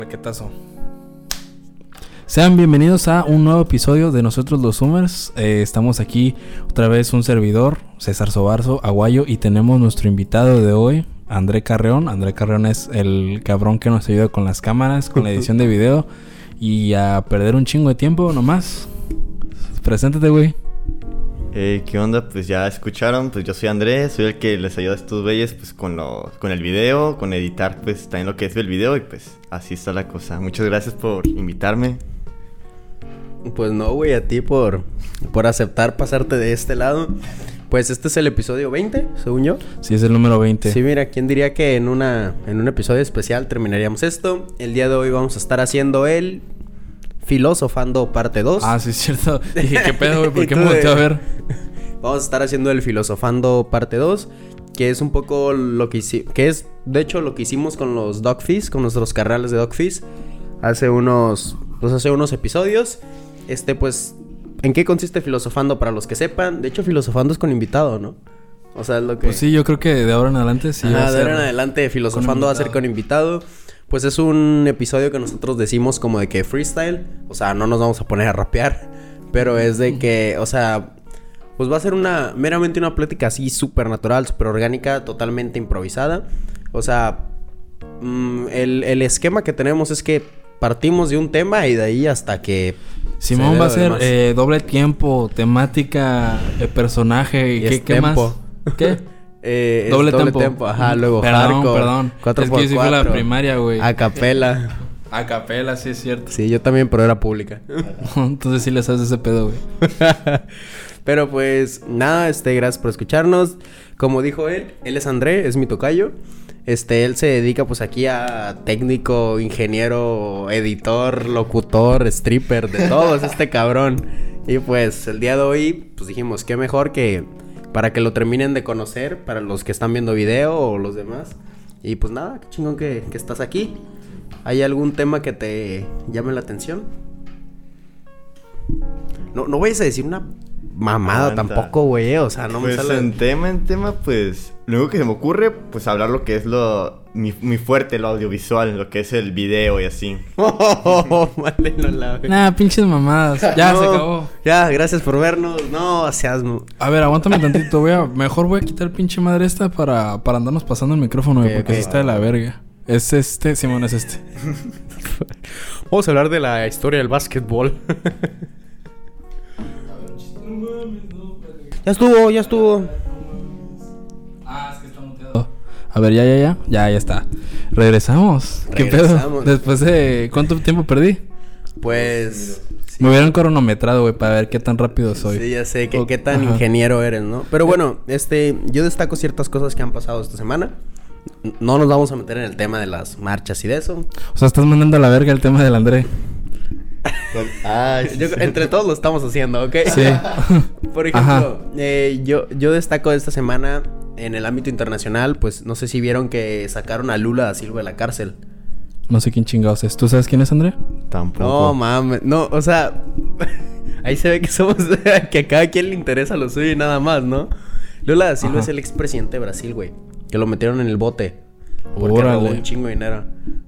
Paquetazo. Sean bienvenidos a un nuevo episodio de Nosotros los Zoomers. Estamos aquí otra vez un servidor, César Sobarzo, Aguayo, y tenemos nuestro invitado de hoy, André Carreón. André Carreón es el cabrón que nos ayuda con las cámaras, con la edición de video y a perder un chingo de tiempo nomás. Preséntate, güey. ¿Qué onda? Pues ya escucharon, pues yo soy Andrés, soy el que les ayuda a estos güeyes pues con el video, con editar pues también lo que es el video y pues así está la cosa. Muchas gracias por invitarme. Pues no, güey, a ti por aceptar pasarte de este lado. Pues este es el episodio 20, según yo. Sí, es el número 20. Sí, mira, ¿quién diría que en un episodio especial terminaríamos esto? El día de hoy vamos a estar haciendo el Filosofando parte 2. Ah, sí, es cierto. Dije, ¿qué pedo, güey? ¿Por qué me volteó a ver? Vamos a estar haciendo el Filosofando parte 2, que es un poco lo que que es, de hecho, lo que hicimos con los Dogfish, con nuestros carnales de Dogfish, hace unos episodios. Pues, ¿en qué consiste Filosofando? Para los que sepan, de hecho, Filosofando es con invitado, ¿no? O sea, es lo que... Pues sí, yo creo que de ahora en adelante sí. De ahora en adelante Filosofando va a ser con invitado. Pues es un episodio que nosotros decimos como de que freestyle. O sea, no nos vamos a poner a rapear. Pero es de que, o sea, pues va a ser meramente una plática así súper natural, súper orgánica, totalmente improvisada. O sea, el esquema que tenemos es que partimos de un tema y de ahí hasta que... Simón va a ser doble tiempo, temática, personaje y ¿qué más? ¿Qué? Doble tempo. Ajá, luego hardcore. Perdón. 4x4. Es que yo sí fui a la primaria, güey. A capela. A capela, sí es cierto. Sí, yo también, pero era pública. Entonces sí les haces ese pedo, güey. Pero pues, nada, gracias por escucharnos. Como dijo él es André, es mi tocayo. Él se dedica pues aquí a técnico, ingeniero, editor, locutor, stripper, de todo es este cabrón. Y pues, el día de hoy, pues dijimos, qué mejor que... para que lo terminen de conocer, para los que están viendo video o los demás. Y pues nada, qué chingón que estás aquí. ¿Hay algún tema que te llame la atención? No vayas a decir una mamada tampoco, güey. O sea, no pues me sale... en tema, pues... lo único que se me ocurre, pues hablar lo que es mi fuerte, lo audiovisual, lo que es el video y así. Vale, no la ve. Nah, pinches mamadas. Ya, se acabó. Ya, gracias por vernos. No, seas... A ver, aguántame tantito. Mejor voy a quitar pinche madre esta para andarnos pasando el micrófono, güey, porque sí está de la verga. Es Simón, es este. Vamos a hablar de la historia del básquetbol. Ya estuvo. Ah, es que está muteado. A ver, ya está. Regresamos. ¿Qué pedo? Después de... ¿cuánto tiempo perdí? Pues... sí. Me hubieran cronometrado, güey, para ver qué tan rápido soy. Sí, ya sé, qué tan ingeniero eres, ¿no? Pero bueno, yo destaco ciertas cosas que han pasado esta semana. No nos vamos a meter en el tema de las marchas y de eso. O sea, estás mandando a la verga el tema del André. Entre todos lo estamos haciendo, ¿ok? Sí. Por ejemplo, yo destaco esta semana en el ámbito internacional, pues no sé si vieron que sacaron a Lula da Silva de la cárcel. No sé quién chingados es. ¿Tú sabes quién es, André? Tampoco. No, mames. No, o sea... ahí se ve que que a cada quien le interesa lo suyo y nada más, ¿no? Lula da Silva es el expresidente de Brasil, güey. Que lo metieron en el bote. Porque robó un chingo de dinero.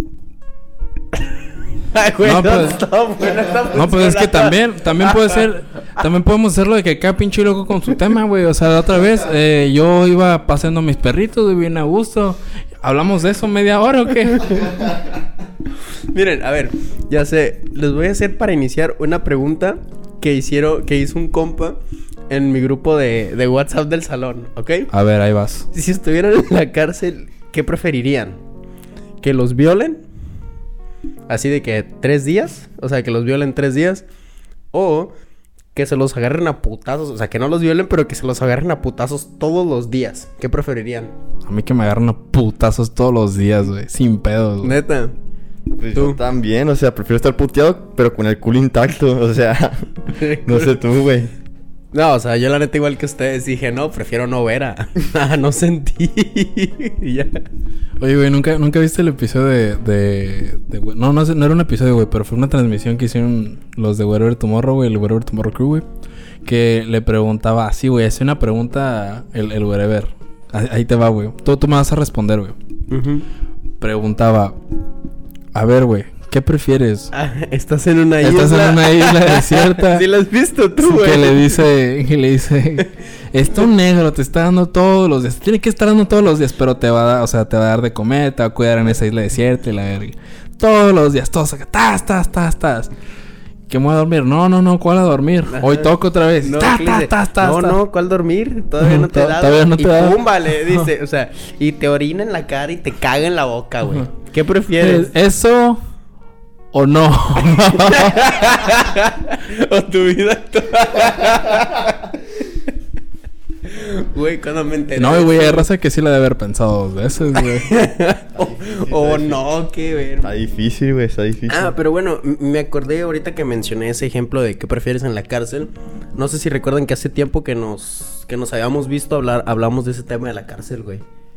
Ay, güey, no, pues es que también puede ser... También podemos hacerlo de que cada pinche loco con su tema, güey. O sea, la otra vez yo iba paseando a mis perritos, güey, bien a gusto. ¿Hablamos de eso media hora o qué? Miren, a ver, ya sé. Les voy a hacer para iniciar una pregunta que hizo un compa en mi grupo de WhatsApp del salón, ¿ok? A ver, ahí vas. Si estuvieran en la cárcel, ¿qué preferirían? ¿Que los violen? Así de que 3 días. O sea, que los violen 3 días. O que se los agarren a putazos. O sea, que no los violen, pero que se los agarren a putazos todos los días. ¿Qué preferirían? A mí que me agarren a putazos todos los días, güey. Sin pedos, güey. Neta. Pues yo también, o sea, prefiero estar puteado, pero con el culo intacto. O sea, no sé tú, güey. No, o sea, yo la neta igual que ustedes dije, no, prefiero no ver no sentí. Ya. Oye, güey, ¿nunca viste el episodio de no era un episodio, güey, pero fue una transmisión que hicieron los de Wherever Tomorrow, güey, el Wherever Tomorrow Crew, güey, que le preguntaba así, güey, hacía una pregunta el Wherever. Ahí te va, güey. Tú me vas a responder, güey. Uh-huh. Preguntaba, a ver, güey, ¿Qué prefieres? Estás en una isla. Estás en una isla desierta. ¿Sí lo has visto tú, güey? Que le dice, esto negro te está dando todos los días. Tiene que estar dando todos los días, pero te va a dar, o sea, te va a dar de comer, te va a cuidar en esa isla desierta y la verga. Todos los días, todos acá, tas. ¿Qué me voy a dormir? No, ¿cuál a dormir? Ajá. Hoy toco otra vez. No, No, ¿cuál dormir? Todavía no te da. Todavía no te da. Y pumba, le dice, o sea, y te orina en la cara y te caga en la boca, güey. ¿Qué prefieres? ¿Eso o no? O tu vida actual. Güey, cuando me enteré. No, güey, hay raza que sí la debe haber pensado 2 veces, güey. O no, qué ver. Está difícil, güey, está difícil. Pero bueno, me acordé ahorita que mencioné ese ejemplo de qué prefieres en la cárcel. No sé si recuerdan que hace tiempo que nos habíamos visto hablamos de ese tema de la cárcel, güey.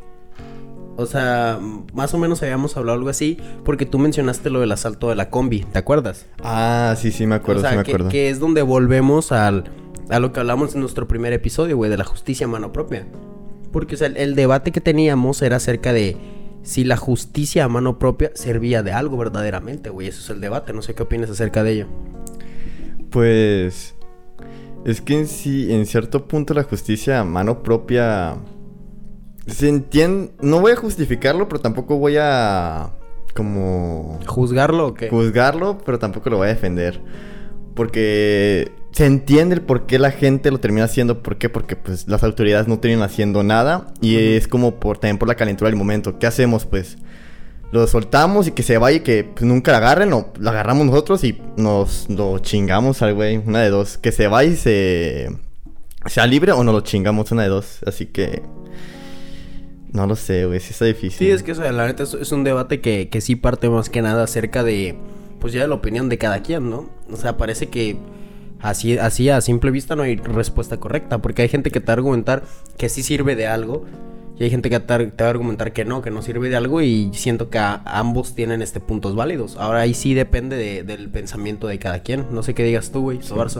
O sea, más o menos habíamos hablado algo así, porque tú mencionaste lo del asalto de la combi, ¿te acuerdas? Sí, me acuerdo, o sea, sí me acuerdo. Que es donde volvemos a lo que hablamos en nuestro primer episodio, güey, de la justicia a mano propia. Porque, o sea, el debate que teníamos era acerca de si la justicia a mano propia servía de algo verdaderamente, güey. Eso es el debate, no sé qué opinas acerca de ello. Pues es que en cierto punto la justicia a mano propia se entiende. No voy a justificarlo, pero tampoco voy a como ¿Juzgarlo o qué? Juzgarlo, pero tampoco lo voy a defender. Porque se entiende el por qué la gente lo termina haciendo. ¿Por qué? Porque pues las autoridades no terminan haciendo nada. Y es como también por la calentura del momento. ¿Qué hacemos? Pues lo soltamos y que se vaya y que pues, nunca la agarren. O la agarramos nosotros y nos lo chingamos al güey. Una de dos. Que se vaya y sea libre o nos lo chingamos. Una de dos. Así que no lo sé, güey. Sí está difícil. Sí, es que o sea, la neta es un debate que sí parte más que nada acerca de, pues ya de la opinión de cada quien, ¿no? O sea, parece que así a simple vista no hay respuesta correcta, porque hay gente que te va a argumentar que sí sirve de algo y hay gente que te va a argumentar que no sirve de algo, y siento que ambos tienen puntos válidos. Ahora ahí sí depende del pensamiento de cada quien. No sé qué digas tú, güey, Sobarzo.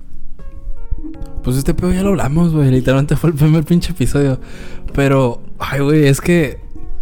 Pues este pedo ya lo hablamos, güey. Literalmente fue el primer pinche episodio. Pero, ay, güey, es que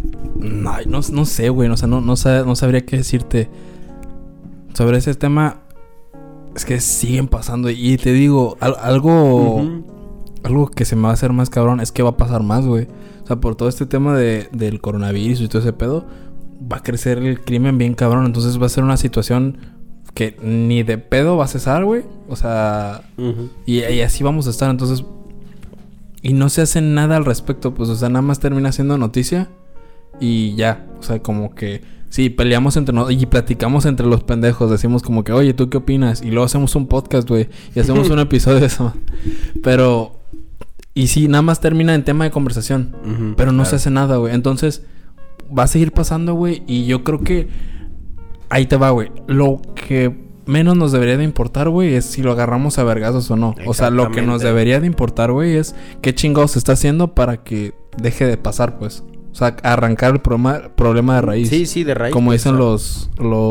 no sé, güey. O sea, no sabría qué decirte sobre ese tema. Es que siguen pasando. Y te digo, algo que se me va a hacer más cabrón es que va a pasar más, güey. O sea, por todo este tema del coronavirus y todo ese pedo, va a crecer el crimen bien cabrón. Entonces va a ser una situación que ni de pedo va a cesar, güey. O sea, y así vamos a estar. Entonces, y no se hace nada al respecto. Pues, o sea, nada más termina siendo noticia y ya. O sea, como que sí, peleamos entre nosotros y platicamos entre los pendejos. Decimos como que, oye, ¿tú qué opinas? Y luego hacemos un podcast, güey. Y hacemos un episodio de eso. Pero, y sí, nada más termina en tema de conversación. Pero no se hace nada, güey. Entonces, va a seguir pasando, güey. Y yo creo que ahí te va, güey. Lo que menos nos debería de importar, güey, es si lo agarramos a vergazos o no. O sea, lo que nos debería de importar, güey, es qué chingados se está haciendo para que deje de pasar, pues. O sea, arrancar el problema de raíz. Sí, de raíz. Como dicen los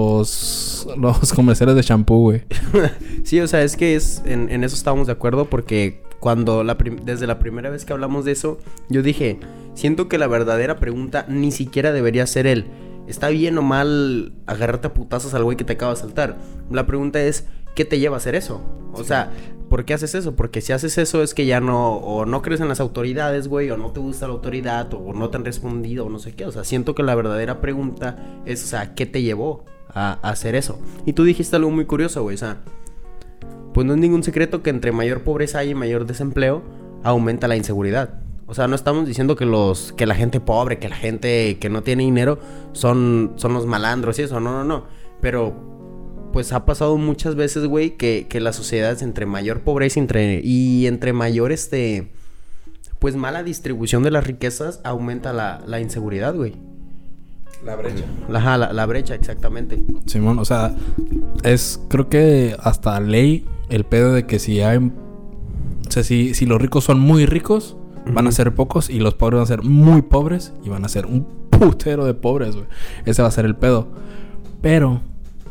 comerciales de shampoo, güey. Sí, o sea, es que en eso estábamos de acuerdo, porque cuando desde la primera vez que hablamos de eso, yo dije, siento que la verdadera pregunta ni siquiera debería ser ¿está bien o mal agarrarte a putazos al güey que te acaba de saltar? La pregunta es, ¿qué te lleva a hacer eso? O sea, ¿por qué haces eso? Porque si haces eso es que ya no crees en las autoridades, güey, o no te gusta la autoridad, o no te han respondido, o no sé qué. O sea, siento que la verdadera pregunta es, o sea, ¿qué te llevó a hacer eso? Y tú dijiste algo muy curioso, güey, o sea, pues no es ningún secreto que entre mayor pobreza hay y mayor desempleo, aumenta la inseguridad. O sea, no estamos diciendo que la gente pobre, que la gente que no tiene dinero son los malandros y eso, no. Pero pues ha pasado muchas veces, güey, que las sociedades entre mayor pobreza y entre mayor pues mala distribución de las riquezas, aumenta la inseguridad, güey. La brecha. Ajá, la brecha, exactamente. Simón, o sea, creo que hasta ley el pedo de que si hay, o sea, si los ricos son muy ricos, van a ser pocos, y los pobres van a ser muy pobres y van a ser un putero de pobres, güey. Ese va a ser el pedo. Pero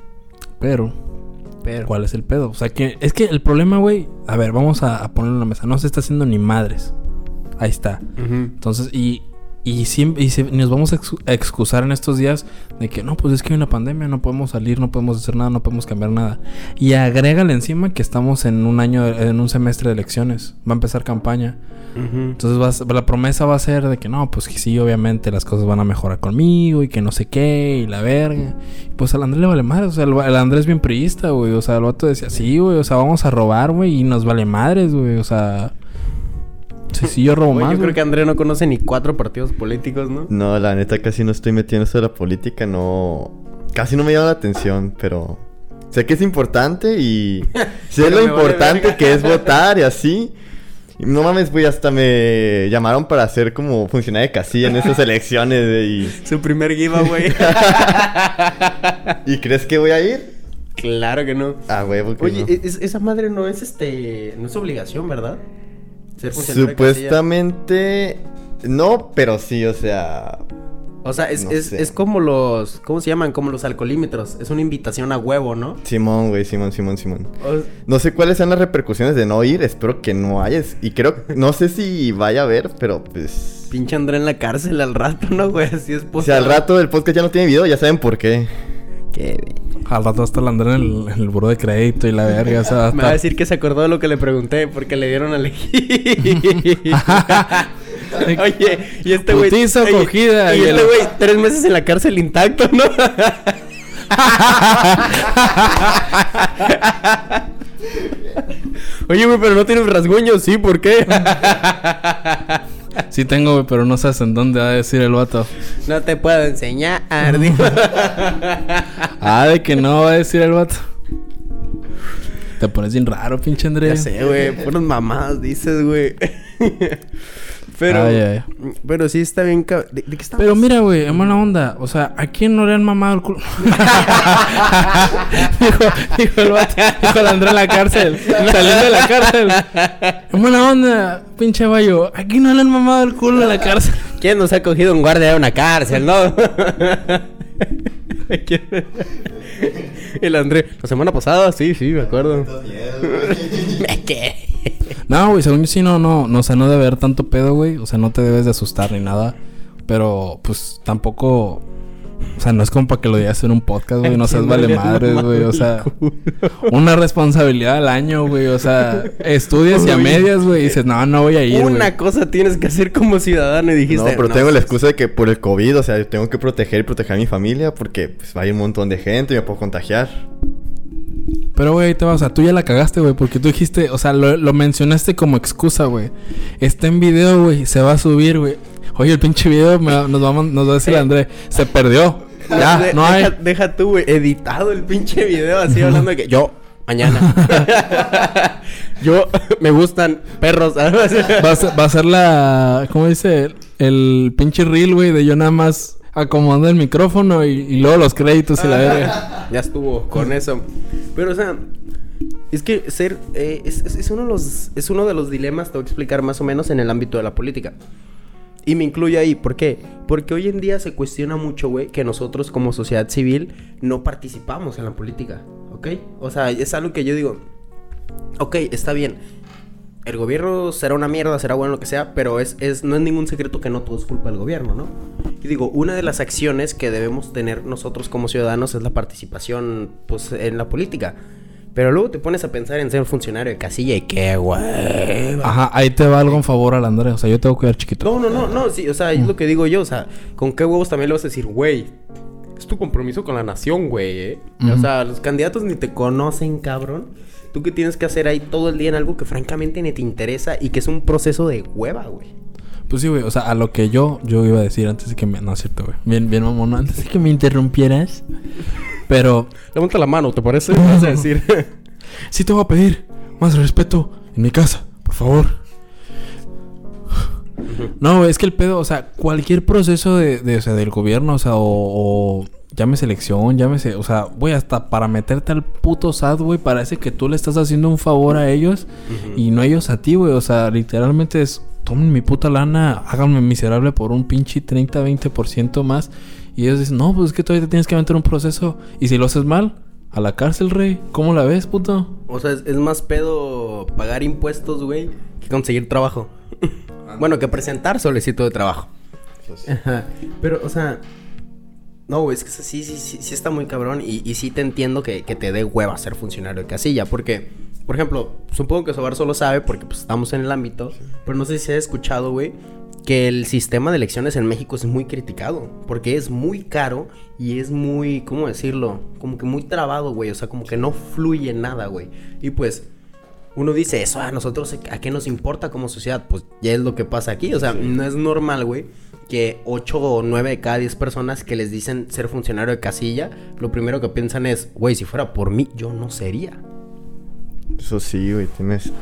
¿cuál es el pedo? O sea, que es que el problema, güey, a ver, vamos a ponerlo en la mesa. No se está haciendo ni madres. Ahí está. Entonces, y Y nos vamos a excusar en estos días de que no, pues es que hay una pandemia, no podemos salir, no podemos hacer nada, no podemos cambiar nada. Y agrégale encima que estamos en un semestre de elecciones. Va a empezar campaña. Entonces la promesa va a ser de que no, pues que sí, obviamente las cosas van a mejorar conmigo y que no sé qué y la verga. Pues al Andrés le vale madre, o sea, el Andrés es bien priista, güey. O sea, el vato decía, sí, güey, o sea, vamos a robar, güey, y nos vale madres, güey, o sea... Sí, yo robo más. Yo creo que André no conoce ni 4 partidos políticos, ¿no? No, la neta casi no estoy metido en eso de la política, no... Casi no me llama la atención, pero... Sé que es importante y... sé lo importante que es votar y así. Y no mames, güey, hasta me llamaron para ser como funcionario de casilla en esas elecciones, y... Su primer giveaway. ¿Y crees que voy a ir? Claro que no. Ah, güey, porque oye, no. Esa madre no es no es obligación, ¿verdad? Ser funcionario Supuestamente no, pero sí, o sea... O sea, es como los... ¿Cómo se llaman? Como los alcoholímetros. Es una invitación a huevo, ¿no? Simón, güey, Simón. No sé cuáles son las repercusiones de no ir. Espero que no hayas. Y creo... No sé si vaya a haber, pero pues... Pinche André en la cárcel al rato, ¿no, güey? Así es posible. Si al rato el podcast ya no tiene video, ya saben por qué. Qué... Al rato hasta el André en el buró de crédito y la verga, o sea... Me va a decir que se acordó de lo que le pregunté porque le dieron a elegir. Oye, y este güey... Putiza cogida. Y este güey, 3 meses en la cárcel intacto, ¿no? Oye, güey, pero no tienes rasguños, ¿sí? ¿Por qué? Sí tengo, güey, pero no sabes en dónde va a decir el vato. No te puedo enseñar, de que no va a decir el vato. Te pones bien raro, pinche Andrés. Ya sé, güey, puras mamadas dices, güey. Pero, pero sí está bien... ¿De qué estamos? Pero mira, güey, en buena onda. O sea, ¿a quién no le han mamado el culo? dijo el vato, dijo el Andrés en la cárcel. Saliendo de la cárcel. En buena onda, pinche guayo. ¿A quién no le han mamado el culo en la cárcel? ¿Quién nos ha cogido un guardia de una cárcel, no? El Andrés, la semana pasada, sí, me acuerdo. ¿Qué? No, güey, según yo sí, no, o sea, no debe haber tanto pedo, güey. O sea, no te debes de asustar ni nada. Pero, pues, tampoco... O sea, no es como para que lo digas en un podcast, güey. No seas vale madres, güey. O sea, una responsabilidad al año, güey. O sea, estudias y a medias, güey. Y dices, no voy a ir, güey. Una cosa tienes que hacer como ciudadano y dijiste... No, pero tengo la excusa de que por el COVID, o sea, yo tengo que proteger a mi familia porque, pues, va a ir un montón de gente y me puedo contagiar. Pero, güey, o sea, tú ya la cagaste, güey. Porque tú dijiste... O sea, lo mencionaste como excusa, güey. Está en video, güey. Se va a subir, güey. Oye, el pinche video nos va a decir Andrés. Se perdió. Ya, no hay. Deja tú, güey. Editado el pinche video así hablando de que... Yo, mañana. Yo, me gustan perros. Va a ser la... ¿Cómo dice? El pinche reel, güey. De yo nada más acomodando el micrófono y luego los créditos y la verga. Ya estuvo con eso. Pero, o sea... Es que es uno de los dilemas, te voy a explicar más o menos en el ámbito de la política. Y me incluye ahí, ¿por qué? Porque hoy en día se cuestiona mucho, güey, que nosotros como sociedad civil no participamos en la política, ¿ok? O sea, es algo que yo digo, ok, está bien, el gobierno será una mierda, será bueno, lo que sea, pero no es ningún secreto que no todo es culpa del gobierno, ¿no? Y digo, una de las acciones que debemos tener nosotros como ciudadanos es la participación, pues, en la política. Pero luego te pones a pensar en ser funcionario de casilla y qué hueva. Ajá, ahí te va algo en favor al Andrés. O sea, yo tengo que cuidar chiquito. No, sí, o sea, es lo que digo yo. O sea, ¿con qué huevos también le vas a decir, güey? Es tu compromiso con la nación, güey, O sea, los candidatos ni te conocen, cabrón. Tú qué tienes que hacer ahí todo el día en algo que francamente ni te interesa y que es un proceso de hueva, güey. Pues sí, güey. O sea, a lo que yo iba a decir antes de que me... No, es cierto, güey. Bien, mamón. Antes de que me interrumpieras... Pero... Levanta la mano, ¿te parece? Vas a decir... Sí te voy a pedir más respeto en mi casa, por favor. No, es que el pedo, o sea, cualquier proceso o sea, del gobierno, o sea, o llámese elección, llámese, o sea, güey, hasta para meterte al puto SAT, güey, parece que tú le estás haciendo un favor a ellos y no ellos a ti, güey. O sea, literalmente es, tomen mi puta lana, háganme miserable por un pinche 30-20% más. Y ellos dicen, no, pues es que todavía te tienes que meter un proceso. Y si lo haces mal, a la cárcel, rey. ¿Cómo la ves, puto? O sea, es más pedo pagar impuestos, güey, que conseguir trabajo. Bueno, que presentar solicitud de trabajo. pues... Ajá. Pero, o sea... No, güey, es que sí está muy cabrón. Y sí te entiendo que te dé hueva ser funcionario de casilla. Porque, por ejemplo, supongo que Sobar solo sabe porque pues estamos en el ámbito. Sí. Pero no sé si has escuchado, güey, que el sistema de elecciones en México es muy criticado. Porque es muy caro y es muy, ¿cómo decirlo? Como que muy trabado, güey. O sea, como que no fluye nada, güey. Y pues... Uno dice eso, a nosotros, ¿a qué nos importa como sociedad? Pues ya es lo que pasa aquí. O sea, sí. No es normal, güey, que 8 o 9 de cada 10 personas que les dicen ser funcionario de casilla, lo primero que piensan es, güey, si fuera por mí, yo no sería. Eso sí, güey,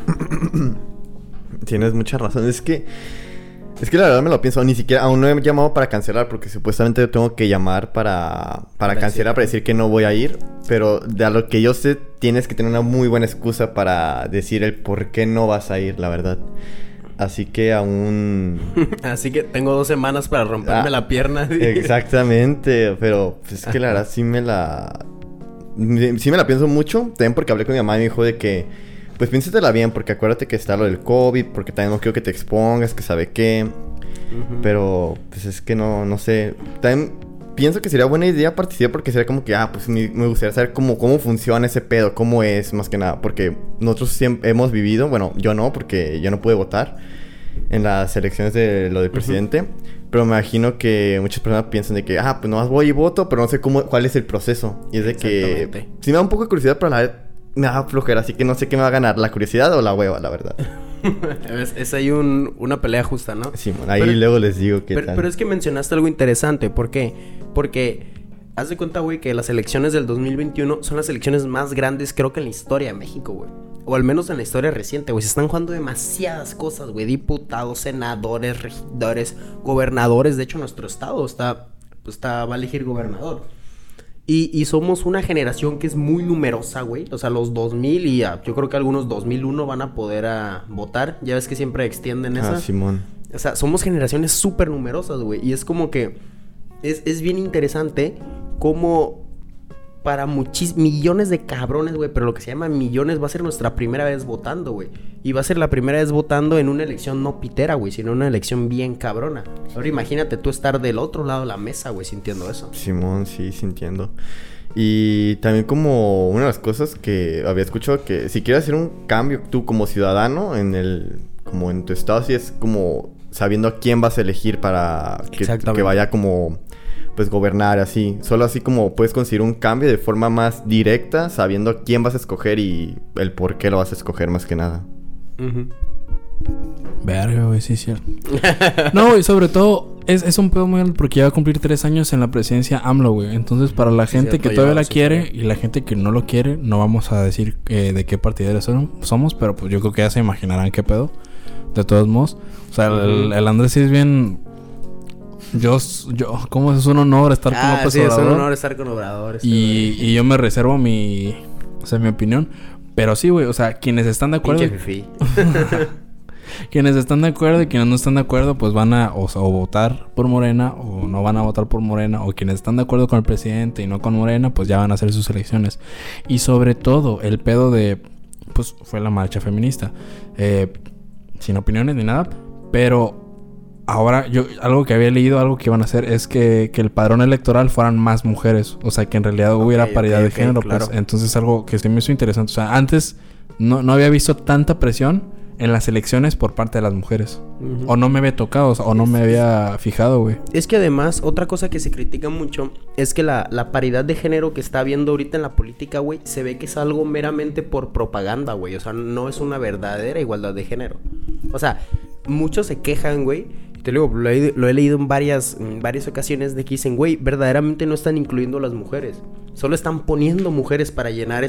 tienes mucha razón. Es que la verdad me lo pienso. Ni siquiera, aún no he llamado para cancelar, porque supuestamente yo tengo que llamar para cancelar, para decir que no voy a ir. Pero de a lo que yo sé, tienes que tener una muy buena excusa para decir el por qué no vas a ir, la verdad. Así que aún... Así que tengo 2 semanas para romperme la pierna. Exactamente, pero pues, es que la verdad sí me la pienso mucho. También porque hablé con mi mamá y me dijo de que... Pues piénsatela bien, porque acuérdate que está lo del COVID, porque también no quiero que te expongas, que sabe qué. Uh-huh. Pero, pues es que no sé. También pienso que sería buena idea participar porque sería como que, pues me gustaría saber cómo funciona ese pedo, cómo es, más que nada. Porque nosotros siempre hemos vivido, bueno, yo no, porque yo no pude votar en las elecciones de lo del presidente. Uh-huh. Pero me imagino que muchas personas piensan de que, pues nomás voy y voto, pero no sé cuál es el proceso. Y es de que sí me da un poco de curiosidad, pero a la vez me da flojera, así que no sé qué me va a ganar, la curiosidad o la hueva, la verdad. Es ahí una pelea justa, ¿no? Sí, bueno, ahí luego les digo qué tal. Pero es que mencionaste algo interesante. ¿Por qué? Porque haz de cuenta, güey, que las elecciones del 2021 son las elecciones más grandes, creo que en la historia de México, güey. O al menos en la historia reciente, güey. Se están jugando demasiadas cosas, güey. Diputados, senadores, regidores, gobernadores. De hecho, nuestro estado va a elegir gobernador. Y somos una generación que es muy numerosa, güey. O sea, los 2000 y yo creo que algunos 2001 van a poder votar. Ya ves que siempre extienden esa. Simón. O sea, somos generaciones súper numerosas, güey. Y es como que es bien interesante cómo para millones de cabrones, güey, pero lo que se llama millones va a ser nuestra primera vez votando, güey. Y va a ser la primera vez votando en una elección no pitera, güey, sino una elección bien cabrona. Ahora imagínate tú estar del otro lado de la mesa, güey, sintiendo eso. Simón, sí, sintiendo. Y también como una de las cosas que había escuchado, que si quieres hacer un cambio tú como ciudadano como en tu estado, así es como sabiendo a quién vas a elegir para que vaya como... pues gobernar así. Solo así como puedes conseguir un cambio de forma más directa, sabiendo quién vas a escoger y el por qué lo vas a escoger más que nada. Uh-huh. Verga, güey, sí es cierto. No, güey, sobre todo es un pedo muy grande porque ya va a cumplir 3 años en la presidencia AMLO, güey. Entonces, para la gente que todavía la quiere y la gente que no lo quiere, no vamos a decir de qué partidario somos, pero pues yo creo que ya se imaginarán qué pedo. De todos modos. O sea, el Andrés sí es bien... Yo, ¿cómo es un honor estar con López Obrador? Es un honor estar con Obrador. Y yo me reservo mi opinión. Pero sí, güey, o sea, quienes están de acuerdo... Quienes están de acuerdo y quienes no están de acuerdo, pues van a o votar por Morena o no van a votar por Morena. O quienes están de acuerdo con el presidente y no con Morena, pues ya van a hacer sus elecciones. Y sobre todo, el pedo de... Pues fue la marcha feminista. Sin opiniones ni nada, pero... Ahora, algo que había leído, algo que iban a hacer es que el padrón electoral fueran más mujeres. O sea, que en realidad hubiera paridad de género. Claro. Pues, entonces, algo que se me hizo interesante. O sea, antes no había visto tanta presión en las elecciones por parte de las mujeres. Uh-huh. O no me había tocado, o no me había fijado, güey. Es que además, otra cosa que se critica mucho es que la paridad de género que está habiendo ahorita en la política, güey, se ve que es algo meramente por propaganda, güey. O sea, no es una verdadera igualdad de género. O sea, muchos se quejan, güey. Te digo, lo he leído en varias ocasiones de que dicen, güey, verdaderamente no están incluyendo a las mujeres. Solo están poniendo mujeres para llenar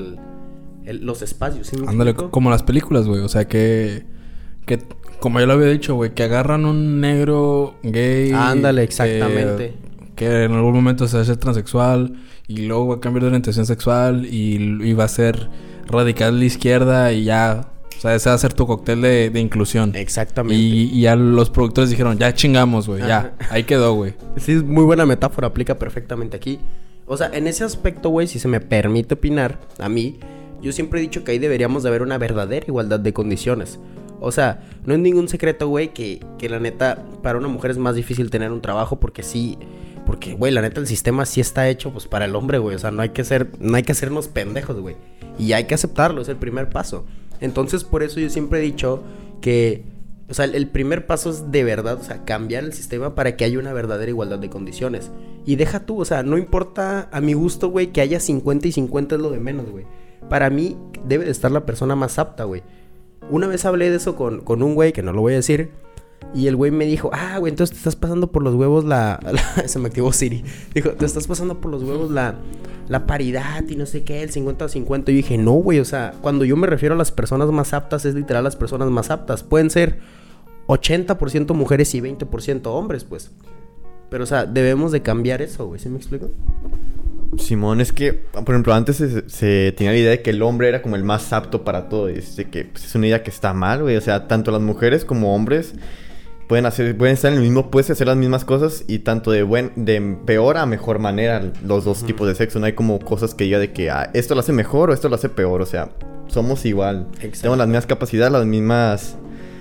los espacios. ¿Sí me Ándale, explico? Como las películas, güey. O sea, que como yo lo había dicho, güey, que agarran un negro gay. Ándale, exactamente. Que en algún momento se va a hacer transexual y luego va a cambiar de orientación sexual y va a ser radical de la izquierda y ya... O sea, ese va a ser tu cóctel de inclusión. Exactamente. Y ya los productores dijeron, ya chingamos, güey, ya. Ahí quedó, güey. Sí, es muy buena metáfora, aplica perfectamente aquí. O sea, en ese aspecto, güey, si se me permite opinar, a mí, yo siempre he dicho que ahí deberíamos de haber una verdadera igualdad de condiciones. O sea, no es ningún secreto, güey, que la neta, para una mujer es más difícil tener un trabajo porque sí... Porque, güey, la neta, el sistema sí está hecho, pues, para el hombre, güey. O sea, no hay que hacernos pendejos, güey. Y hay que aceptarlo, es el primer paso. Entonces, por eso yo siempre he dicho que... O sea, el primer paso es de verdad, o sea, cambiar el sistema para que haya una verdadera igualdad de condiciones. Y deja tú, o sea, no importa a mi gusto, güey, que haya 50 y 50 es lo de menos, güey. Para mí debe de estar la persona más apta, güey. Una vez hablé de eso con un güey, que no lo voy a decir, y el güey me dijo, güey, entonces te estás pasando por los huevos se me activó Siri. Dijo, te estás pasando por los huevos la paridad y no sé qué, el 50-50. Y yo dije, no, güey, o sea, cuando yo me refiero a las personas más aptas, es literal las personas más aptas. Pueden ser 80% mujeres y 20% hombres, pues. Pero, o sea, debemos de cambiar eso, güey, ¿sí me explico? Simón, es que, por ejemplo, antes se tenía la idea de que el hombre era como el más apto para todo. Y es de que pues, es una idea que está mal, güey. O sea, tanto las mujeres como hombres pueden estar en el mismo puesto y hacer las mismas cosas. Y tanto de peor a mejor manera los dos tipos de sexo. No hay como cosas que diga de que esto lo hace mejor o esto lo hace peor. O sea, somos igual. Exacto. Tenemos las mismas capacidades, las mismas...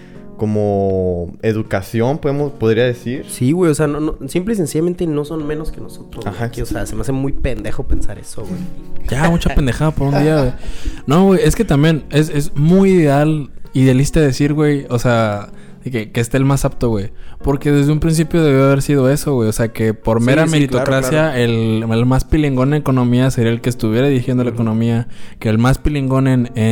como educación, podría decir. Sí, güey, o sea, no, simple y sencillamente no son menos que nosotros. Ajá. Aquí, o sea, se me hace muy pendejo pensar eso, güey. Ya, mucha pendejada por un día, güey. No, güey, es que también es muy idealista decir, güey, o sea, que esté el más apto, güey. Porque desde un principio debió haber sido eso, güey. O sea, que por mera meritocracia, claro. El más pilingón en economía sería el que estuviera dirigiendo la economía. Que el más pilingón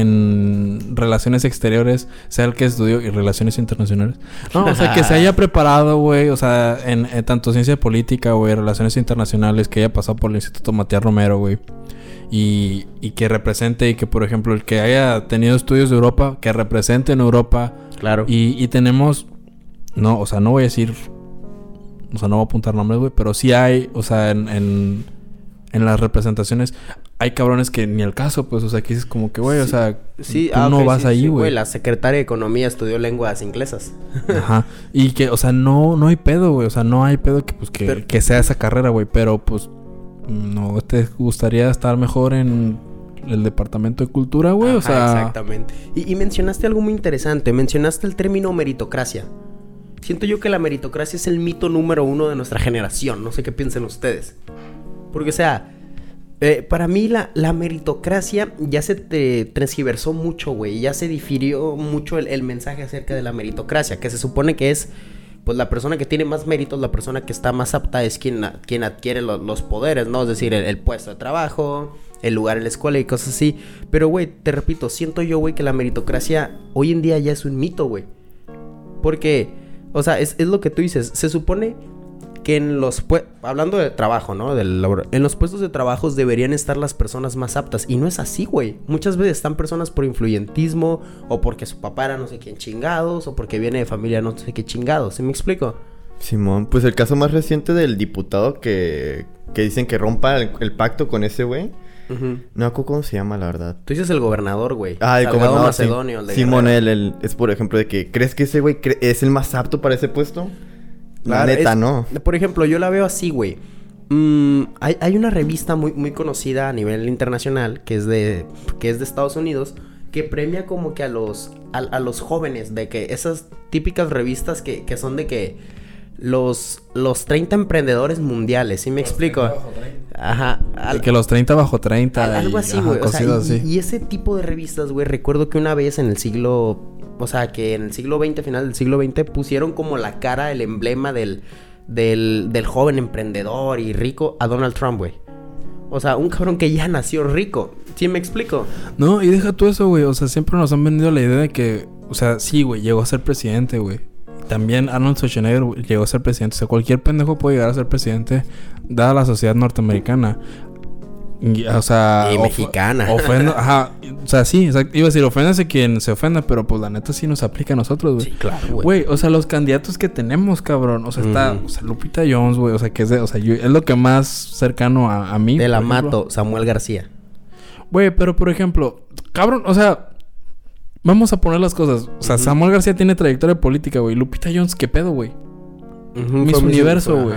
en relaciones exteriores sea el que estudió... Y relaciones internacionales. No, o sea, que se haya preparado, güey. O sea, en tanto ciencia política, güey, relaciones internacionales, que haya pasado por el Instituto Matías Romero, güey. Y que represente, y que, por ejemplo, el que haya tenido estudios de Europa, que represente en Europa. Claro. Y tenemos... No, o sea, no voy a decir... O sea, no voy a apuntar nombres, güey. Pero sí hay... O sea, en las representaciones... Hay cabrones que ni al caso, pues. O sea, que dices como que, güey, sí, o sea... Sí, tú no vas ahí, güey. La secretaria de Economía estudió lenguas inglesas. Ajá. Y que, o sea, no hay pedo, güey. O sea, no hay pedo que, pues, que sea esa carrera, güey. Pero, pues... ¿No te gustaría estar mejor en el departamento de cultura, güey? O sea... Exactamente. Y mencionaste algo muy interesante. Mencionaste el término meritocracia. Siento yo que la meritocracia es el mito número 1 de nuestra generación. No sé qué piensen ustedes. Porque, o sea... para mí la meritocracia ya se transgiversó mucho, güey. Ya se difirió mucho el mensaje acerca de la meritocracia. Que se supone que es... Pues la persona que tiene más méritos, la persona que está más apta es quien adquiere los poderes, ¿no? Es decir, el puesto de trabajo, el lugar en la escuela y cosas así. Pero, güey, te repito, siento yo, güey, que la meritocracia hoy en día ya es un mito, güey. Porque, o sea, es lo que tú dices. Se supone que hablando de trabajo, ¿no? En los puestos de trabajo deberían estar las personas más aptas. Y no es así, güey. Muchas veces están personas por influyentismo, o porque su papá era no sé quién chingados, o porque viene de familia no sé qué chingados. ¿Sí me explico? Simón, pues el caso más reciente del diputado que dicen que rompa el pacto con ese güey. Uh-huh. No acuerdo cómo se llama, la verdad. Tú dices el gobernador, güey. El gobernador macedonio, sí. El de Simón, él es por ejemplo de que... ¿Crees que ese güey es el más apto para ese puesto? La neta, no. Por ejemplo, yo la veo así, güey. Hay una revista muy, muy conocida a nivel internacional que es de Estados Unidos, que premia como que a los jóvenes, de que esas típicas revistas que son de que los 30 emprendedores mundiales, ¿sí me explico? Ajá. Que los 30 bajo 30. Algo así, güey. O sea, y ese tipo de revistas, güey, recuerdo que una vez en el siglo... O sea, que en el siglo XX, final del siglo XX, pusieron como la cara, el emblema del joven emprendedor y rico a Donald Trump, güey. O sea, un cabrón que ya nació rico. ¿Sí me explico? No, y deja tú eso, güey. O sea, siempre nos han vendido la idea de que... O sea, sí, güey, llegó a ser presidente, güey. También Arnold Schwarzenegger llegó a ser presidente. O sea, cualquier pendejo puede llegar a ser presidente, dada la sociedad norteamericana. O sea... Y mexicana. Ajá. O sea, sí. Exacto. Iba a decir, oféndase quien se ofenda. Pero pues la neta sí nos aplica a nosotros, güey. Sí, claro, güey. Güey, o sea, los candidatos que tenemos, cabrón. O sea, está... O sea, Lupita Jones, güey. O sea, que es de... O sea, es lo que más cercano a mí. Te la mato. Samuel García. Güey, pero por ejemplo... Cabrón, o sea... Vamos a poner las cosas. O sea, Samuel García tiene trayectoria política, güey. Lupita Jones, ¿qué pedo, güey? Miss Universo, güey.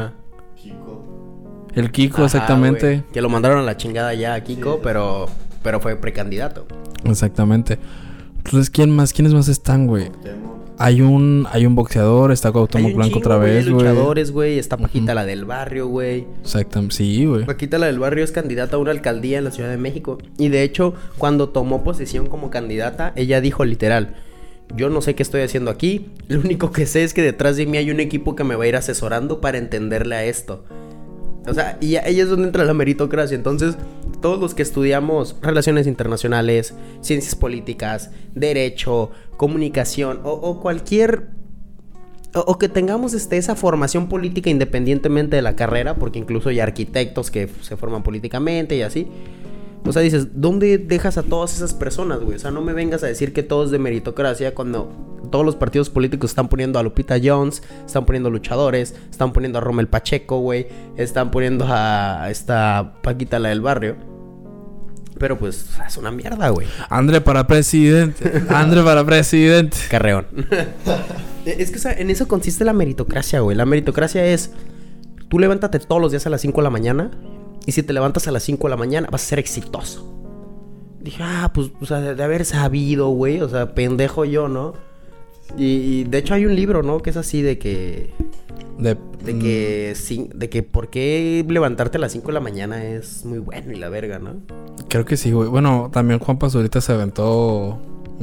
El Kiko, ajá, exactamente. Wey. Que lo mandaron a la chingada ya a Kiko, sí. pero fue precandidato. Exactamente. Entonces, ¿quiénes más están, güey? Hay un boxeador, está Cuauhtémoc Hay un Blanco chingo, otra vez, güey. luchadores, güey. Está Paquita, la del barrio, güey. Exactamente, sí, güey. Paquita, la del barrio, es candidata a una alcaldía en la Ciudad de México. Y de hecho, cuando tomó posesión como candidata, ella dijo literal: yo no sé qué estoy haciendo aquí. Lo único que sé es que detrás de mí hay un equipo que me va a ir asesorando para entenderle a esto. O sea, y ahí es donde entra la meritocracia. Entonces, todos los que estudiamos relaciones internacionales, ciencias políticas, derecho, comunicación o cualquier... O que tengamos esa formación política independientemente de la carrera, porque incluso hay arquitectos que se forman políticamente y así. O sea, dices, ¿dónde dejas a todas esas personas, güey? O sea, no me vengas a decir que todo es de meritocracia cuando todos los partidos políticos están poniendo a Lupita Jones, están poniendo luchadores, están poniendo a Rommel Pacheco, güey, están poniendo a esta Paquita, la del barrio. Pero pues es una mierda, güey. André para presidente. André para presidente. Carreón. Es que, o sea, en eso consiste la meritocracia, güey. La meritocracia es: tú levántate todos los días a las 5 de la mañana. Y si te levantas a las 5 de la mañana, vas a ser exitoso. Dije, pues, o sea, de haber sabido, güey. O sea, pendejo yo, ¿no? Y de hecho hay un libro, ¿no? Que es así de que... De que por qué levantarte a las 5 de la mañana es muy bueno y la verga, ¿no? Creo que sí, güey. Bueno, también Juan Pazurita se aventó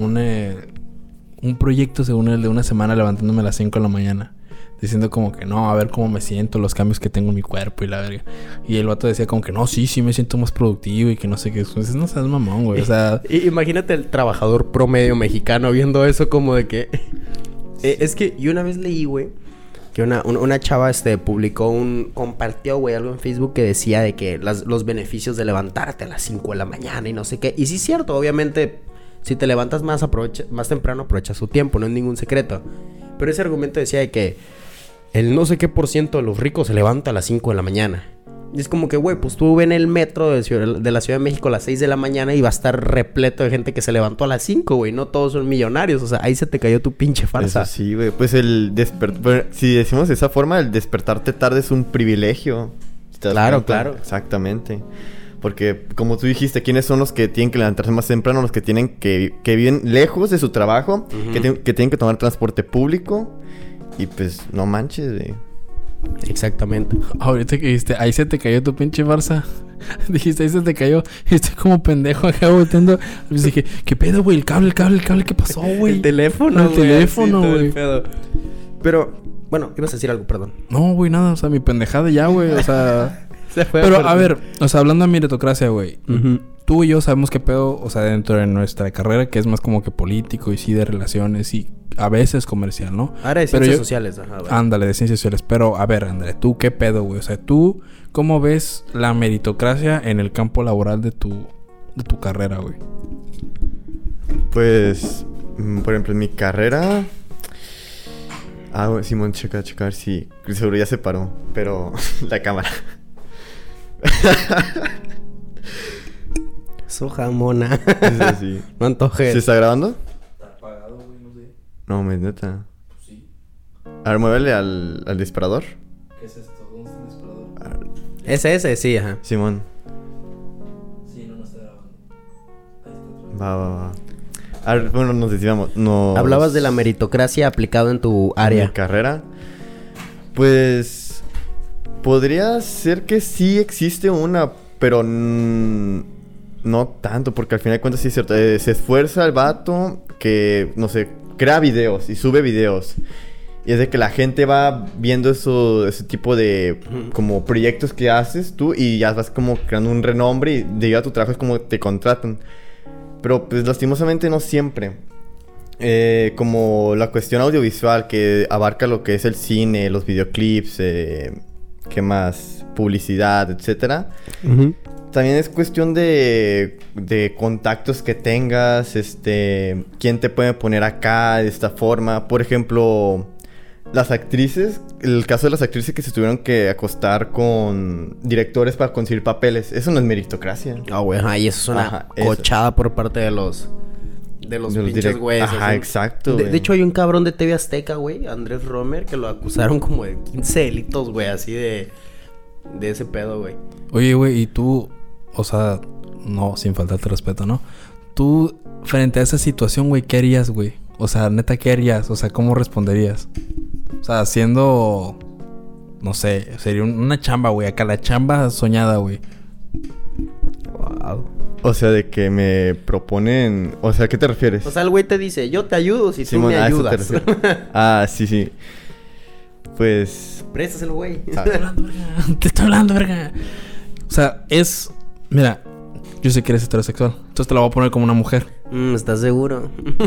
un proyecto, según él, de una semana levantándome a las 5 de la mañana. Diciendo como que no, a ver cómo me siento, los cambios que tengo en mi cuerpo y la verga. Y el vato decía como que no, sí me siento más productivo y que no sé qué. Entonces, no seas mamón, güey. O sea... Imagínate el trabajador promedio mexicano viendo eso como de que... es que yo una vez leí, güey, que una chava compartió, güey, algo en Facebook que decía de que los beneficios de levantarte a las 5 de la mañana y no sé qué. Y sí es cierto, obviamente, si te levantas más temprano, aprovechas tu tiempo, no es ningún secreto. Pero ese argumento decía de que el no sé qué % de los ricos se levanta a las 5 de la mañana. Y es como que, güey, pues tú ves en el metro de la Ciudad de México a las 6 de la mañana y va a estar repleto de gente que se levantó a las 5, güey. No todos son millonarios. O sea, ahí se te cayó tu pinche farsa. Eso sí, güey. Pues si decimos de esa forma, el despertarte tarde es un privilegio. Claro, claro. Exactamente. Porque, como tú dijiste, ¿quiénes son los que tienen que levantarse más temprano? Los que que viven lejos de su trabajo, que tienen que tomar transporte público. Y pues, no manches, güey. Exactamente. Ahorita que dijiste, ahí se te cayó tu pinche farsa. Dijiste, ahí se te cayó. Y estoy como pendejo acá volteando. Pues dije, ¿qué pedo, güey? El cable, ¿qué pasó, güey? El teléfono, güey. El teléfono, güey. Pero, bueno, ibas a decir algo, perdón. No, güey, nada. O sea, mi pendejada ya, güey. O sea... Se fue. Pero, a ver, o sea, hablando de meritocracia, güey. Tú y yo sabemos qué pedo, o sea, dentro de nuestra carrera, que es más como que político y sí de relaciones y a veces comercial, ¿no? Ahora de ciencias sociales, ajá. Bueno. Ándale, de ciencias sociales. Pero, a ver, André, ¿tú qué pedo, güey? O sea, ¿tú cómo ves la meritocracia en el campo laboral de tu carrera, güey? Pues, por ejemplo, en mi carrera... Simón, checa, a ver si... Seguro ya se paró, pero... la cámara... Soja mona. Sí. No antojes. ¿Se está grabando? Está apagado, güey, no sé. No, me neta. Sí. A ver, muévele al disparador. ¿Qué es esto? ¿Dónde está el disparador? Ese, sí, ajá. Simón. Sí, no está grabando. Ahí está. Va. A ver, bueno, nos decíamos. Hablabas de la meritocracia aplicado en tu área. En mi carrera. Pues... podría ser que sí existe una, pero no tanto, porque al final de cuentas sí es cierto. Se esfuerza el vato que, no sé, crea videos y sube videos. Y es de que la gente va viendo ese tipo de como proyectos que haces tú y ya vas como creando un renombre y debido a tu trabajo es como te contratan. Pero pues lastimosamente no siempre. Como la cuestión audiovisual que abarca lo que es el cine, los videoclips, ¿qué más? Publicidad, etcétera. También es cuestión de contactos que tengas, quién te puede poner acá de esta forma. Por ejemplo, las actrices, el caso de las actrices que se tuvieron que acostar con directores para conseguir papeles, eso no es meritocracia. Güey, y eso es una cochada por parte de los pinches güeyes. Ajá, exacto. De hecho, hay un cabrón de TV Azteca, güey, Andrés Romer, que lo acusaron como de 15 delitos, güey, así de ese pedo, güey. Oye, güey, y tú, o sea, no, sin faltarte respeto, ¿no? Tú frente a esa situación, güey, ¿qué harías, güey? O sea, neta, ¿qué harías? O sea, ¿cómo responderías? O sea, haciendo... No sé, sería una chamba, güey. Acá la chamba soñada, güey. Wow. O sea, de que me proponen... O sea, ¿a qué te refieres? O sea, el güey te dice, yo te ayudo si Simón, tú me ¿a eso te ayudas. refieres? Ah, sí, sí. Pues... Préstaselo, güey. Ah, Te estoy hablando, verga. O sea, es... Mira, yo sé que eres heterosexual. Entonces te la voy a poner como una mujer. ¿Estás seguro?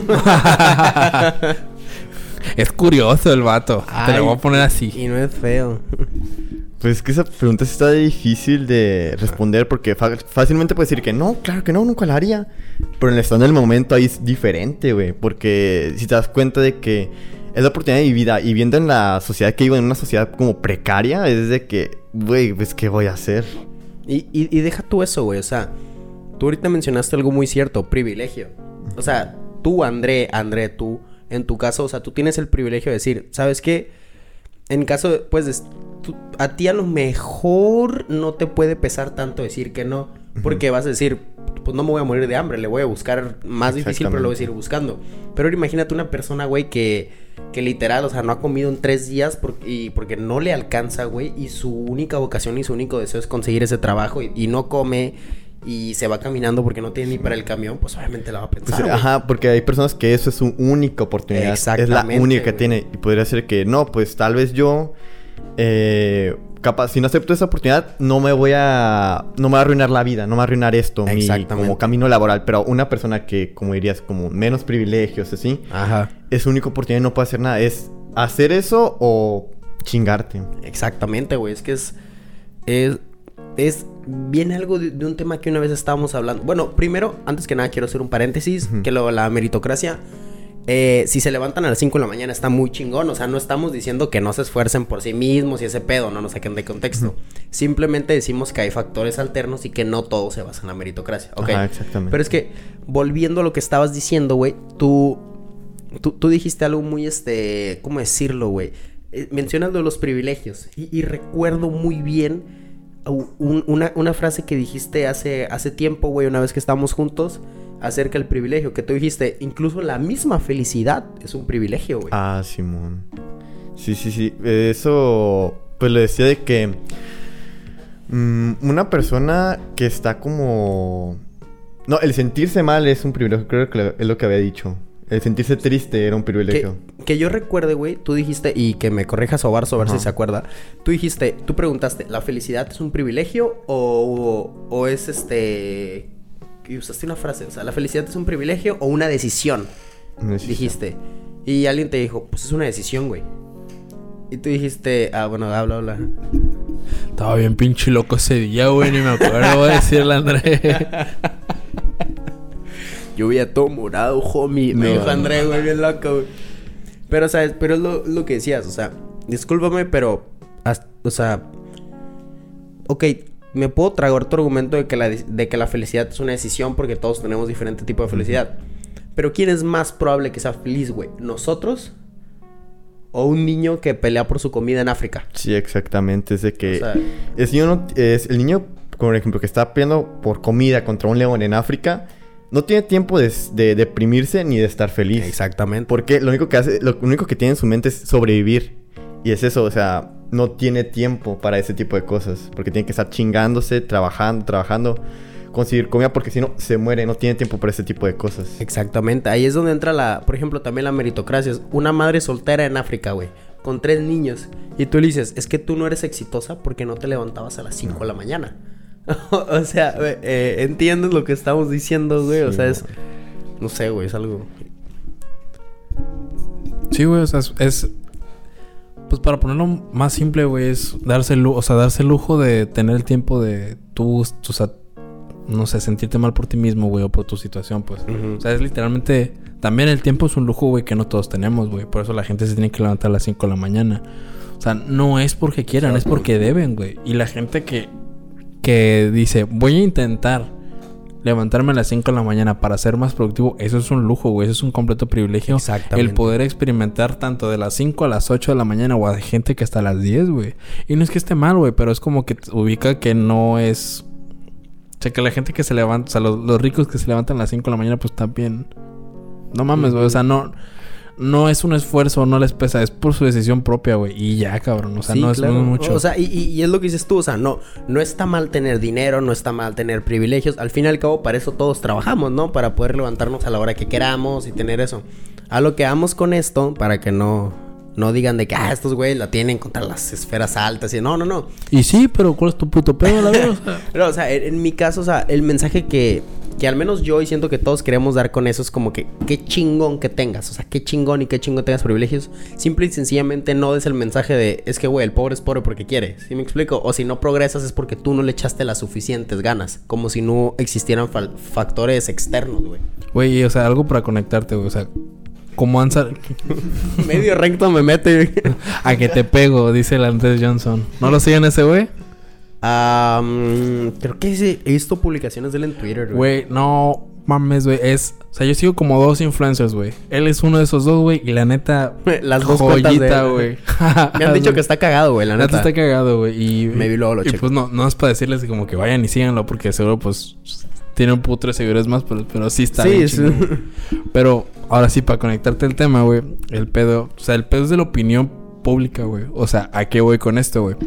Es curioso el vato. Te la Ay, voy a poner así. Y no es feo. Pues es que esa pregunta sí está difícil de responder porque fácilmente puedes decir que no, claro que no, nunca la haría. Pero en el estado del momento ahí es diferente, güey. Porque si te das cuenta de que es la oportunidad de mi vida y viendo en la sociedad que vivo, en una sociedad como precaria, es de que, güey, pues ¿qué voy a hacer? Y deja tú eso, güey. O sea, tú ahorita mencionaste algo muy cierto, privilegio. O sea, tú, André, tú, en tu caso, o sea, tú tienes el privilegio de decir, ¿sabes qué? En caso de, pues, a ti a lo mejor no te puede pesar tanto decir que no. Porque vas a decir, pues no me voy a morir de hambre, le voy a buscar más difícil, pero lo voy a seguir buscando. Pero ahora imagínate una persona, güey, que literal, o sea, no ha comido en 3 días porque no le alcanza, güey. Y su única vocación y su único deseo es conseguir ese trabajo y no come y se va caminando porque no tiene ni para el camión, pues obviamente la va a pensar. Pues, ajá, porque hay personas que eso es su única oportunidad. Es la única que tiene. Y podría ser que no, pues tal vez yo, capaz, si no acepto esa oportunidad, no me voy a arruinar la vida, no me va a arruinar esto, mi como camino laboral. Pero una persona que, como dirías, como menos privilegios, así, ajá, es su única oportunidad y no puede hacer nada. Es hacer eso o chingarte. Exactamente, güey. Es que es bien algo de un tema que una vez estábamos hablando. Bueno, primero, antes que nada, quiero hacer un paréntesis. Que la meritocracia, si se levantan a las 5 de la mañana, está muy chingón. O sea, no estamos diciendo que no se esfuercen por sí mismos y ese pedo, no nos saquen de contexto. Simplemente decimos que hay factores alternos y que no todo se basa en la meritocracia. ¿Okay? Ajá, exactamente. Pero es que, volviendo a lo que estabas diciendo, güey, tú dijiste algo muy, ¿cómo decirlo, güey? Mencionas lo de los privilegios. Y recuerdo muy bien una frase que dijiste hace tiempo, güey, una vez que estábamos juntos, acerca del privilegio, que tú dijiste, incluso la misma felicidad es un privilegio, güey. Ah, Simón. Sí. Eso, pues le decía de que una persona que está como... No, el sentirse mal es un privilegio, creo que es lo que había dicho. El sentirse triste era un privilegio. Que yo recuerde, güey, tú dijiste, y que me corrijas Obarzo a ver si se acuerda. Tú preguntaste, ¿la felicidad es un privilegio o es Y usaste una frase, o sea, ¿la felicidad es un privilegio o una decisión? Dijiste. Y alguien te dijo, pues es una decisión, güey. Y tú dijiste, bueno, habla. Estaba bien pinche loco ese día, güey, ni me acuerdo, voy a decirle a André. Yo veía todo morado, homie. Me dijo André, güey, bien loco, güey. Pero, ¿sabes? Pero es lo que decías, o sea, discúlpame, pero... O sea... Ok, me puedo tragar tu argumento de que la felicidad es una decisión porque todos tenemos diferente tipo de felicidad. Pero ¿quién es más probable que sea feliz, güey? ¿Nosotros? ¿O un niño que pelea por su comida en África? Sí, exactamente. Es de que... O sea, es el niño, por ejemplo, que está peleando por comida contra un león en África... No tiene tiempo de deprimirse ni de estar feliz. Exactamente. Porque lo único que tiene en su mente es sobrevivir. Y es eso, o sea, no tiene tiempo para ese tipo de cosas. Porque tiene que estar chingándose, trabajando, conseguir comida, porque si no, se muere. No tiene tiempo para ese tipo de cosas. Exactamente. Ahí es donde entra por ejemplo, también la meritocracia. Es una madre soltera en África, güey, con 3 niños. Y tú le dices, es que tú no eres exitosa porque no te levantabas a las 5 de la mañana. O sea, ¿entiendes lo que estamos diciendo, güey? Sí, o sea, es... No sé, güey, es algo... Sí, güey, o sea, es... Pues para ponerlo más simple, güey, es darse el lujo de tener el tiempo de tú, o sea, no sé, sentirte mal por ti mismo, güey, o por tu situación, pues. O sea, es literalmente... También el tiempo es un lujo, güey, que no todos tenemos, güey. Por eso la gente se tiene que levantar a las 5 de la mañana. O sea, no es porque quieran, es porque deben, güey. Y la gente que dice, voy a intentar levantarme a las 5 de la mañana para ser más productivo, eso es un lujo, güey, eso es un completo privilegio. Exactamente. El poder experimentar tanto de las 5 a las 8 de la mañana o hay gente que hasta las 10, güey. Y no es que esté mal, güey, pero es como que ubica que no es... sea, que la gente que se levanta... O sea, los ricos que se levantan a las 5 de la mañana, pues también... No mames, güey. O sea, no es un esfuerzo, no les pesa. Es por su decisión propia, güey. Y ya, cabrón. O sea, sí, no claro. es mucho. O sea, y es lo que dices tú. O sea, no está mal tener dinero, no está mal tener privilegios. Al fin y al cabo, para eso todos trabajamos, ¿no? Para poder levantarnos a la hora que queramos y tener eso. A lo que vamos con esto, para que no digan de que, estos güeyes la tienen contra las esferas altas. Y no. Y sí, pero ¿cuál es tu puto pedo, la verdad? O sea... Pero, o sea, en mi caso, o sea, el mensaje que al menos yo y siento que todos queremos dar con eso es como que qué chingón que tengas, o sea, qué chingón y qué chingón tengas privilegios. Simple y sencillamente no des el mensaje de es que, güey, el pobre es pobre porque quiere, ¿sí me explico? O si no progresas es porque tú no le echaste las suficientes ganas, como si no existieran factores externos, güey. Güey, o sea, algo para conectarte, güey, o sea, como medio recto me mete. A que te pego, dice el Andrés Johnson. ¿No lo siguen ese güey? Creo que he visto publicaciones de él en Twitter, güey. No mames, güey. O sea, yo sigo como 2 influencers, güey. Él es uno de esos 2, güey. Y la neta... Las 2 joyita, güey. Me han dicho que está cagado, güey, la neta. Está cagado, güey. Y me vi luego lo checo. Y pues no es para decirles que como que vayan y síganlo. Porque seguro, pues... Tiene un puto de seguidores más. Pero sí está bien chingón, güey. Pero ahora sí, para conectarte al tema, güey. El pedo... O sea, el pedo es de la opinión pública, güey. O sea, ¿a qué voy con esto, güey?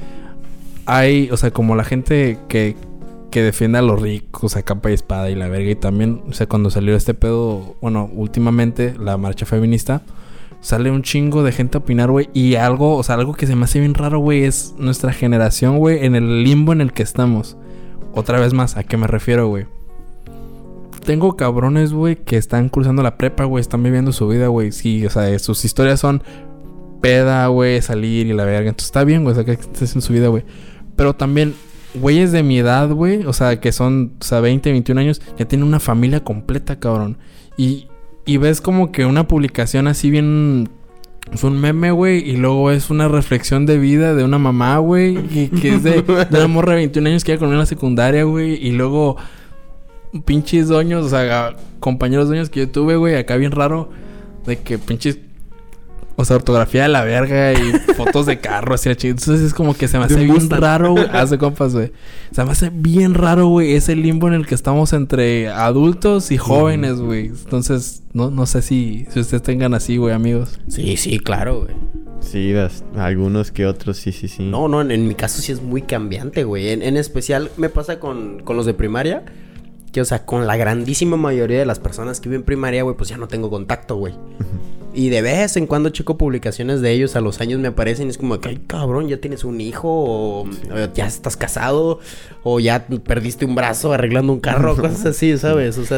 Hay, o sea, como la gente que defiende a los ricos a capa y espada y la verga. Y también, o sea, cuando salió este pedo, bueno, últimamente, la marcha feminista, sale un chingo de gente a opinar, güey. Y algo, o sea, algo que se me hace bien raro, güey, es nuestra generación, güey, en el limbo en el que estamos. Otra vez más, ¿a qué me refiero, güey? Tengo cabrones, güey, que están cruzando la prepa, güey, están viviendo su vida, güey. Sí, o sea, sus historias son peda, güey, salir y la verga. Entonces está bien, güey, o sea, que estés en su vida, güey. Pero también, güeyes de mi edad, güey, o sea, que son, o sea, 20, 21 años, ya tienen una familia completa, cabrón. Y ves como que una publicación así bien... Es un meme, güey, y luego es una reflexión de vida de una mamá, güey, que es de una morra de 21 años que iba con en la secundaria, güey, y luego pinches dueños, o sea, compañeros dueños que yo tuve, güey, acá bien raro, de que pinches... O sea, ortografía de la verga y fotos de carro, así la chingada. Entonces es como que se me hace bien raro, güey. Hace compas, güey. Se me hace bien raro, güey, ese limbo en el que estamos entre adultos y jóvenes, güey. Entonces, no sé si ustedes tengan así, güey, amigos. Sí, claro, güey. Sí, algunos que otros, sí. No, en mi caso sí es muy cambiante, güey. En especial me pasa con los de primaria. Que, o sea, con la grandísima mayoría de las personas que viven en primaria, güey, pues ya no tengo contacto, güey. Y de vez en cuando checo publicaciones de ellos, a los años me aparecen y es como que, ay, cabrón, ya tienes un hijo, o ya estás casado, o ya perdiste un brazo arreglando un carro, cosas así, ¿sabes? O sea,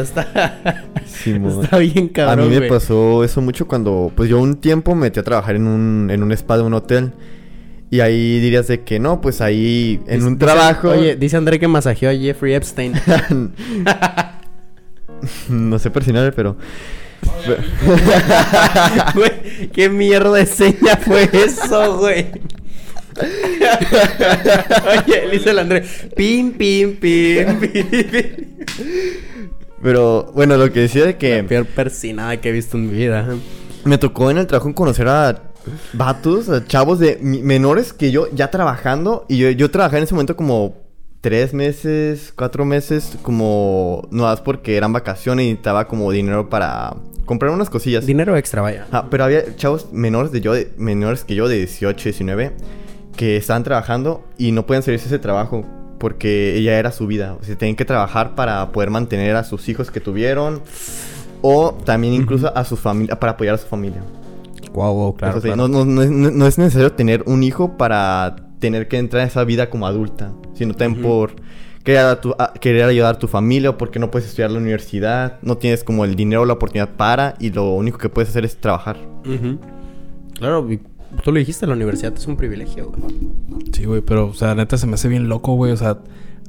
está bien cabrón, a mí me güey. pasó eso mucho cuando, pues yo un tiempo me metí a trabajar en un spa de un hotel. Y ahí dirías de que no, pues ahí en un trabajo... Oye, dice André que masajeó a Jeffrey Epstein. No sé persinar, pero... Güey, ¿qué mierda de seña fue eso, güey? Oye, le dice el André, pim. Pero, bueno, lo que decía de que... La peor persinada que he visto en mi vida. Me tocó en el trabajo conocer a vatos, a chavos de menores que yo ya trabajando. Y yo trabajé en ese momento como 3 meses, 4 meses, como no das porque eran vacaciones y necesitaba como dinero para comprar unas cosillas. Dinero extra, vaya. Pero había chavos menores que yo de 18, 19 que estaban trabajando y no podían salirse de ese trabajo porque ella era su vida. O sea, tenían que trabajar para poder mantener a sus hijos que tuvieron o también incluso a su familia, para apoyar a su familia. Wow, claro, Entonces, claro. No es necesario tener un hijo para tener que entrar en esa vida como adulta, sino también por querer ayudar a tu familia o porque no puedes estudiar en la universidad, no tienes como el dinero o la oportunidad y lo único que puedes hacer es trabajar. Claro, tú lo dijiste, la universidad es un privilegio, güey. Sí, güey, pero, o sea, neta se me hace bien loco, güey, o sea,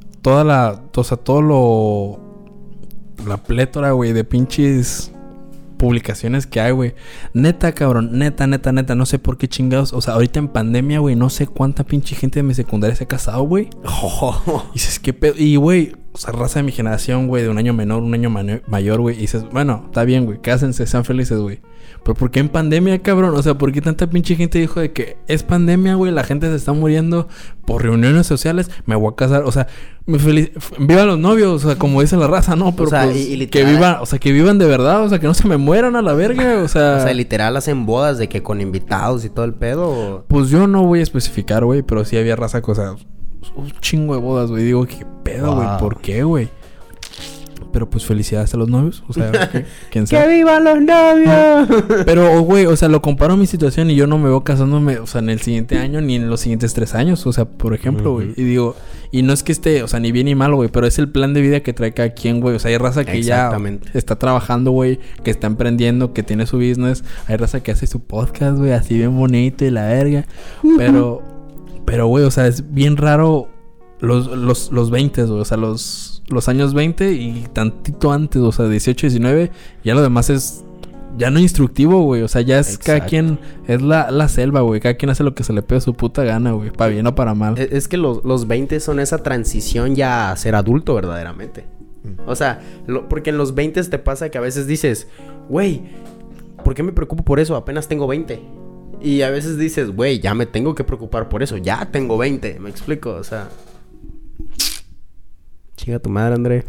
la plétora, güey, de pinches publicaciones que hay, güey. Neta, cabrón, neta, no sé por qué chingados. O sea, ahorita en pandemia, güey, no sé cuánta pinche gente de mi secundaria se ha casado, güey. Y dices, ¿qué pedo? Y, güey, o sea, raza de mi generación, güey, de un año menor, un año mayor, güey. Y dices, bueno, está bien, güey, cásense, sean felices, güey. Pero ¿por qué en pandemia, cabrón? O sea, ¿por qué tanta pinche gente dijo de que es pandemia, güey? La gente se está muriendo por reuniones sociales. Me voy a casar, o sea, vivan los novios, o sea, como dice la raza, ¿no? Pero o sea, pues, y literal, que vivan de verdad, o sea, que no se me mueran a la verga, o sea... O sea, literal hacen bodas de que con invitados y todo el pedo, ¿o? Pues yo no voy a especificar, güey, pero sí había raza, o sea, un chingo de bodas, güey. Digo, ¿qué pedo, güey? Wow. ¿Por qué, güey? Pero pues felicidades a los novios, o sea, quién sabe. ¡Que vivan los novios! Pero, güey, o sea, lo comparo a mi situación y yo no me veo casándome, o sea, en el siguiente año ni en los siguientes 3 años, o sea, por ejemplo, güey. Y digo, y no es que esté, o sea, ni bien ni mal, güey, pero es el plan de vida que trae cada quien, güey. O sea, hay raza que ya está trabajando, güey, que está emprendiendo, que tiene su business. Hay raza que hace su podcast, güey, así bien bonito y la verga. Pero, güey, o sea, es bien raro los 20, güey, o sea, los años 20 y tantito antes, o sea, 18, 19, ya lo demás es ya no instructivo, güey, o sea, ya es cada quien, es la selva, güey, cada quien hace lo que se le pega su puta gana, güey, para bien o para mal. Es que los 20 son esa transición ya a ser adulto verdaderamente. O sea, porque en los 20 te pasa que a veces dices, güey, ¿por qué me preocupo por eso? Apenas tengo 20. Y a veces dices, güey, ya me tengo que preocupar por eso, ya tengo 20, ¿me explico? O sea... Chinga tu madre, André.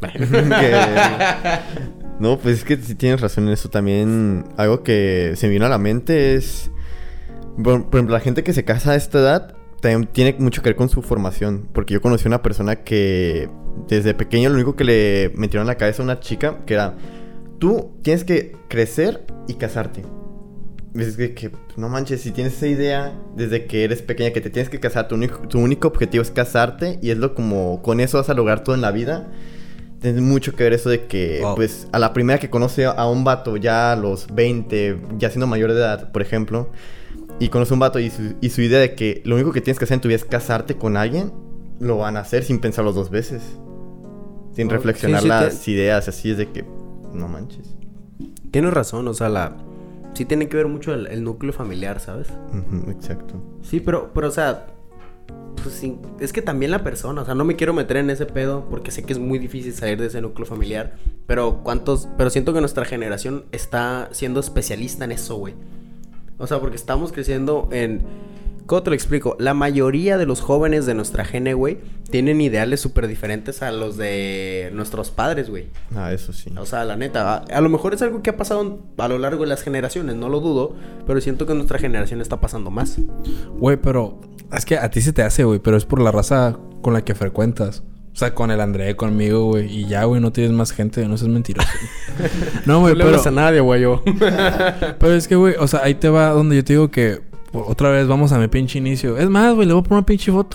No, pues es que sí tienes razón en eso también. Algo que se me vino a la mente es... Por ejemplo, la gente que se casa a esta edad también tiene mucho que ver con su formación. Porque yo conocí una persona que desde pequeño lo único que le metieron en la cabeza a una chica que era... Tú tienes que crecer y casarte. Es que no manches, si tienes esa idea desde que eres pequeña que te tienes que casar, tu único objetivo es casarte y es lo como con eso vas a lograr todo en la vida. Tienes mucho que ver eso de que, pues, a la primera que conoce a un vato ya a los 20, ya siendo mayor de edad, por ejemplo, y conoce a un vato y su idea de que lo único que tienes que hacer en tu vida es casarte con alguien, lo van a hacer sin pensarlo 2 veces. Sin reflexionar las ideas, así es de que, no manches. Tienes razón, o sea, sí tiene que ver mucho el núcleo familiar, ¿sabes? Exacto. Sí, pero, o sea, pues sí, es que también la persona, o sea, no me quiero meter en ese pedo porque sé que es muy difícil salir de ese núcleo familiar, pero siento que nuestra generación está siendo especialista en eso, güey. O sea, porque estamos creciendo en... ¿Cómo te lo explico? La mayoría de los jóvenes de nuestra gene, güey, tienen ideales súper diferentes a los de nuestros padres, güey. Ah, eso sí. O sea, la neta, a lo mejor es algo que ha pasado a lo largo de las generaciones, no lo dudo, pero siento que nuestra generación está pasando más. Güey, pero es que a ti se te hace, güey, pero es por la raza con la que frecuentas. O sea, con el André, conmigo, güey. Y ya, güey, no tienes más gente, no seas mentiroso. No, güey, no le hablas a nadie, güey, yo. Pero es que, güey, o sea, ahí te va donde yo te digo que... Otra vez vamos a mi pinche inicio. Es más, güey, le voy a poner una pinche foto.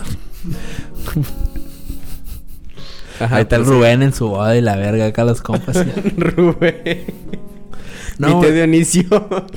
Ajá, ahí está el Rubén en su boda y la verga acá los compas. Rubén. No, mi tío Dionisio.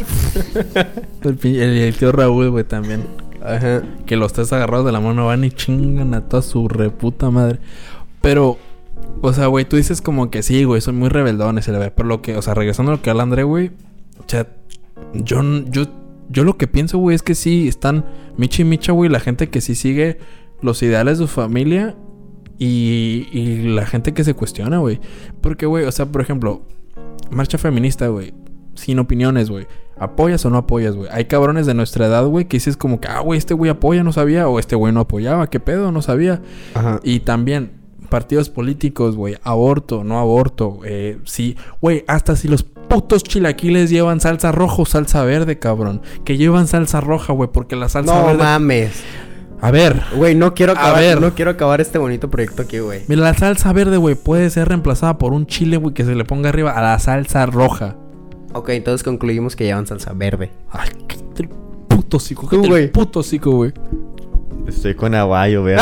el tío Raúl, güey, también. Ajá. Que los 3 agarrados de la mano van y chingan a toda su reputa madre. Pero, o sea, güey, tú dices como que sí, güey, son muy rebeldones, se le ve. Pero lo que, o sea, regresando a lo que habla André, güey. O sea, yo lo que pienso, güey, es que sí están Micha y Micha, güey, la gente que sí sigue los ideales de su familia y la gente que se cuestiona, güey. Porque, güey, o sea, por ejemplo, marcha feminista, güey, sin opiniones, güey. ¿Apoyas o no apoyas, güey? Hay cabrones de nuestra edad, güey, que dices como que, güey, este güey apoya, no sabía, o este güey no apoyaba, ¿qué pedo? No sabía. Ajá. Y también partidos políticos, güey, aborto, no aborto, sí, güey, hasta si los putos chilaquiles llevan salsa roja o salsa verde, cabrón. Que llevan salsa roja, güey, porque la salsa verde... No mames. A ver. Güey, no quiero acabar este bonito proyecto aquí, güey. Mira, la salsa verde, güey, puede ser reemplazada por un chile, güey, que se le ponga arriba a la salsa roja. Ok, entonces concluimos que llevan salsa verde. Ay, qué el puto hocico, el puto hocico, güey. Estoy con aguayo verde.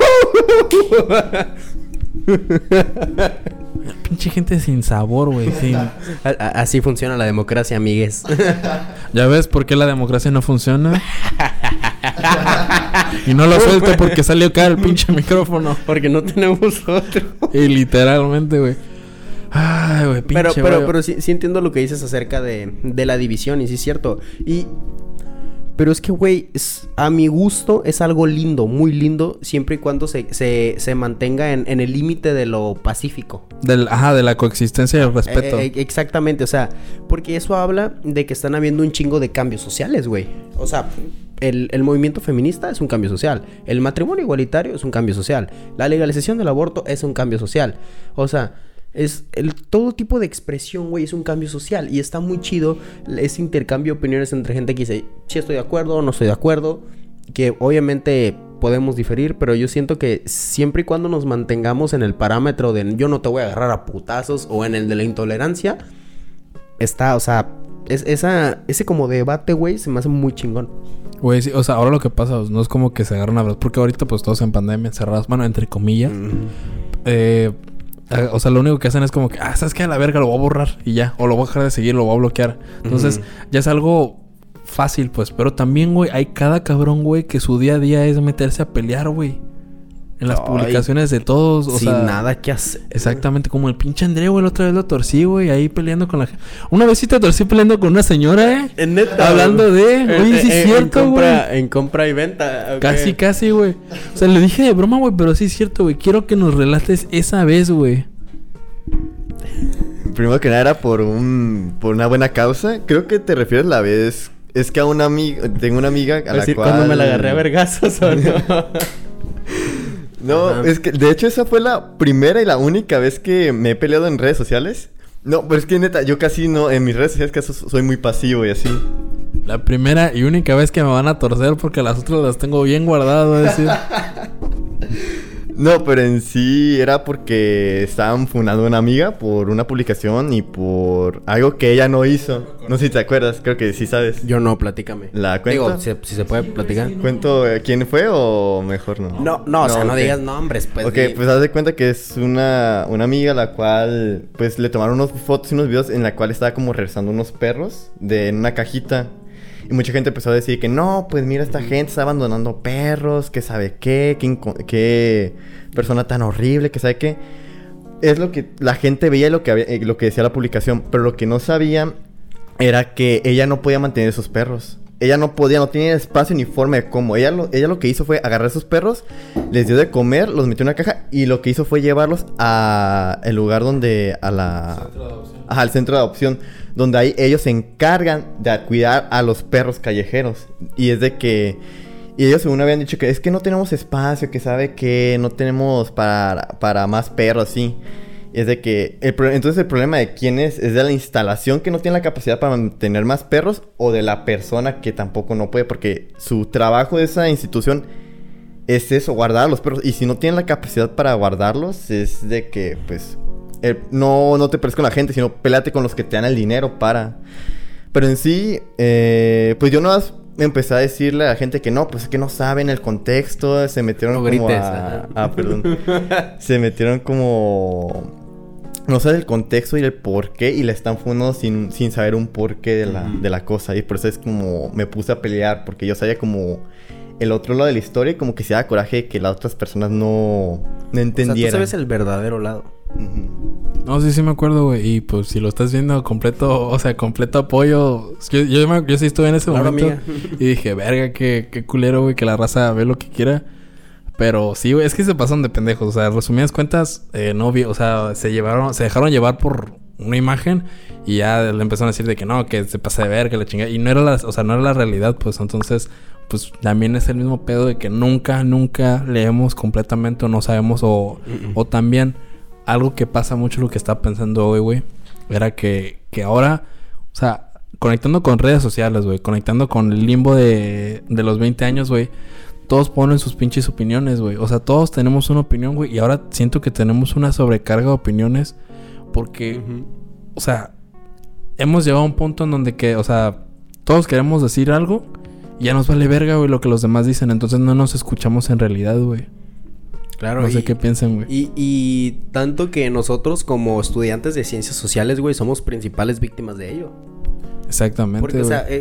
Pinche gente sin sabor, güey. Sin... Así funciona la democracia, amigues. ¿Ya ves por qué la democracia no funciona? Y no lo suelto porque salió acá el pinche micrófono. Porque no tenemos otro. Y literalmente, güey. Ay, güey, pinche pero sí entiendo lo que dices acerca de la división. Y sí es cierto. Pero es que, güey, a mi gusto es algo lindo, muy lindo, siempre y cuando se mantenga en el límite de lo pacífico. De la coexistencia y el respeto. Exactamente, o sea, porque eso habla de que están habiendo un chingo de cambios sociales, güey. O sea, el movimiento feminista es un cambio social. El matrimonio igualitario es un cambio social. La legalización del aborto es un cambio social. O sea, todo tipo de expresión, güey, es un cambio social. Y está muy chido ese intercambio de opiniones entre gente que dice, sí estoy de acuerdo o no estoy de acuerdo. Que obviamente podemos diferir, pero yo siento que siempre y cuando nos mantengamos en el parámetro de yo no te voy a agarrar a putazos o en el de la intolerancia, está, o sea, ese como debate, güey, se me hace muy chingón. Güey, sí, o sea, ahora lo que pasa no es como que se agarran a brazos, porque ahorita pues todos en pandemia encerrados, bueno, entre comillas. O sea, lo único que hacen es como que, ¿sabes qué? A la verga lo voy a borrar y ya. O lo voy a dejar de seguir, lo voy a bloquear. Entonces, ya es algo fácil, pues. Pero también, güey, hay cada cabrón, güey, que su día a día es meterse a pelear, güey. En las publicaciones de todos, o sin sea... nada que hacer. Exactamente, como el pinche André, güey, la otra vez lo torcí, güey, ahí peleando con la gente. Una vez sí te torcí peleando con una señora, En neta. Hablando de... Oye, sí es cierto, güey. En compra y venta. Okay. Casi, güey. O sea, le dije de broma, güey, pero sí es cierto, güey. Quiero que nos relates esa vez, güey. Primero que nada era por una buena causa. Creo que te refieres la vez... Es que a una amiga... Tengo una amiga a la cual... cuando me la agarré a vergazos, ¿o no? No, es que de hecho esa fue la primera y la única vez que me he peleado en redes sociales. No, pero es que neta, yo casi no, en mis redes sociales casi soy muy pasivo y así. La primera y única vez que me van a torcer porque las otras las tengo bien guardadas, voy a decir. No, pero en sí era porque estaban funando a una amiga por una publicación y por algo que ella no hizo. No sé si te acuerdas, creo que sí sabes. Yo no, platícame. ¿La cuento? Digo, si se puede platicar. ¿Cuento quién fue o mejor no? No, o sea, no digas nombres, pues. Ok, pues haz de cuenta que es una amiga a la cual, pues le tomaron unas fotos y unos videos en la cual estaba como regresando unos perros en una cajita. Y mucha gente empezó a decir que no, pues mira, esta gente está abandonando perros, que sabe qué persona tan horrible, que sabe qué. Es lo que la gente veía y lo que decía la publicación, pero lo que no sabía era que ella no podía mantener esos perros. Ella no tenía espacio ni forma de cómo. Ella lo que hizo fue agarrar esos perros, les dio de comer, los metió en una caja y lo que hizo fue llevarlos a el lugar donde al centro de adopción, donde ahí ellos se encargan de cuidar a los perros callejeros. Y es de que ellos según habían dicho que es que no tenemos espacio, que sabe que no tenemos para más perros, sí. Es de que... Entonces el problema de quién es de la instalación que no tiene la capacidad para mantener más perros o de la persona que tampoco no puede, porque su trabajo de esa institución es eso, guardar a los perros. Y si no tienen la capacidad para guardarlos, es de que pues no te pelees con la gente, sino pélate con los que te dan el dinero para... Pero en sí, pues yo no empecé a decirle a la gente que no, pues es que no saben el contexto, se metieron no como grites, perdón. Se metieron como... No sabe el contexto y el porqué y la están fundando sin saber un porqué de la cosa. Y por eso es como me puse a pelear, porque yo sabía como el otro lado de la historia y como que se da coraje de que las otras personas no entendieran. O sea, tú sabes el verdadero lado. No, sí me acuerdo, güey. Y pues si lo estás viendo completo apoyo. Yo sí estuve en ese momento. Amiga. Y dije, verga, qué culero, güey, que la raza ve lo que quiera. Pero sí, güey, es que se pasan de pendejos. O sea, resumidas cuentas, o sea, se dejaron llevar por una imagen y ya le empezaron a decir de que no, que se pasa de verga, la chingada. Y no era la realidad, pues. Entonces, pues también es el mismo pedo de que nunca leemos completamente o no sabemos o también algo que pasa mucho, lo que estaba pensando hoy, güey, era que ahora, o sea, conectando con redes sociales, güey, conectando con el limbo de los 20 años, güey, todos ponen sus pinches opiniones, güey. O sea, todos tenemos una opinión, güey, y ahora siento que tenemos una sobrecarga de opiniones porque, o sea, hemos llegado a un punto en donde que, o sea, todos queremos decir algo y ya nos vale verga, güey, lo que los demás dicen. Entonces no nos escuchamos en realidad, güey. Claro. No sé qué piensan, güey. Y tanto que nosotros como estudiantes de ciencias sociales, güey, somos principales víctimas de ello. Exactamente, porque, o sea,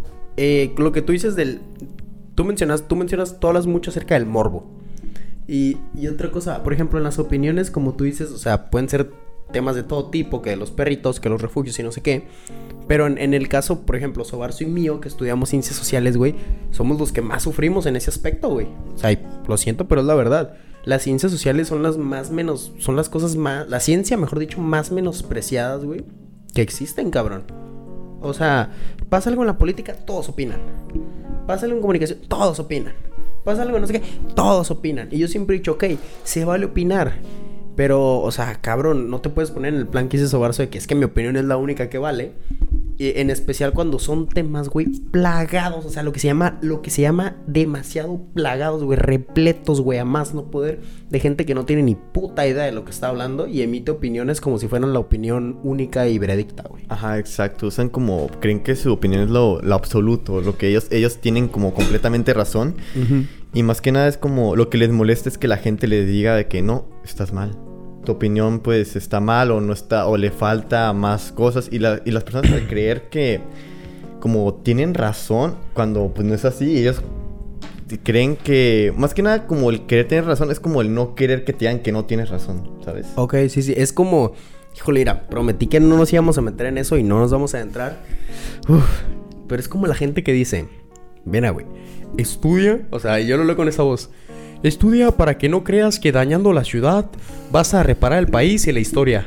lo que tú dices tú mencionas tú hablas mucho acerca del morbo. Y otra cosa, por ejemplo, en las opiniones, como tú dices, o sea, pueden ser temas de todo tipo, que de los perritos, que los refugios y no sé qué. Pero en el caso, por ejemplo, Sobarzo y mío, que estudiamos ciencias sociales, güey, somos los que más sufrimos en ese aspecto, güey. O sea, lo siento, pero es la verdad. Las ciencias sociales son las son las cosas más, la ciencia, mejor dicho, más menospreciadas, güey, que existen, cabrón. O sea, pasa algo en la política, todos opinan. Pasa algo en comunicación, todos opinan. Pasa algo en no sé qué, todos opinan. Y yo siempre he dicho, ok, se vale opinar. Pero, o sea, cabrón, no te puedes poner en el plan que hice Sobarzo de que es que mi opinión es la única que vale. Y en especial cuando son temas, güey, plagados. O sea, lo que se llama demasiado plagados, güey, repletos, güey, a más no poder, de gente que no tiene ni puta idea de lo que está hablando y emite opiniones como si fueran la opinión única y veredicta, güey. Ajá, exacto. Usan como, creen que su opinión es lo absoluto, lo que ellos tienen como completamente razón. Uh-huh. Y más que nada es como, lo que les molesta es que la gente les diga de que no, estás mal. Tu opinión pues está mal o no está, o le falta más cosas. Y las personas al creer que como tienen razón, cuando pues no es así, ellos creen que, más que nada como el querer tener razón es como el no querer que te digan que no tienes razón, ¿sabes? Ok, sí, es como, híjole, mira, prometí que no nos íbamos a meter en eso y no nos vamos a entrar. Pero es como la gente que dice, mira, güey, estudia, o sea, yo lo leo con esa voz. Estudia para que no creas que dañando la ciudad vas a reparar el país y la historia.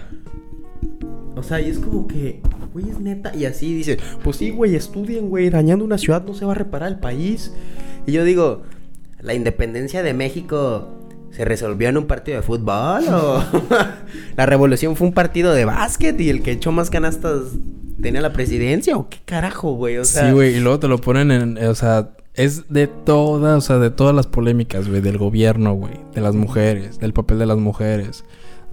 O sea, y es como que, güey, es neta. Y así dice, pues sí, güey, estudien, güey. Dañando una ciudad no se va a reparar el país. Y yo digo, ¿la independencia de México se resolvió en un partido de fútbol? ¿O la revolución fue un partido de básquet y el que echó más canastas tenía la presidencia? ¿O qué carajo, güey? O sea, sí, güey, y luego te lo ponen en, o sea... Es de todas las polémicas, güey, del gobierno, güey, de las mujeres, del papel de las mujeres,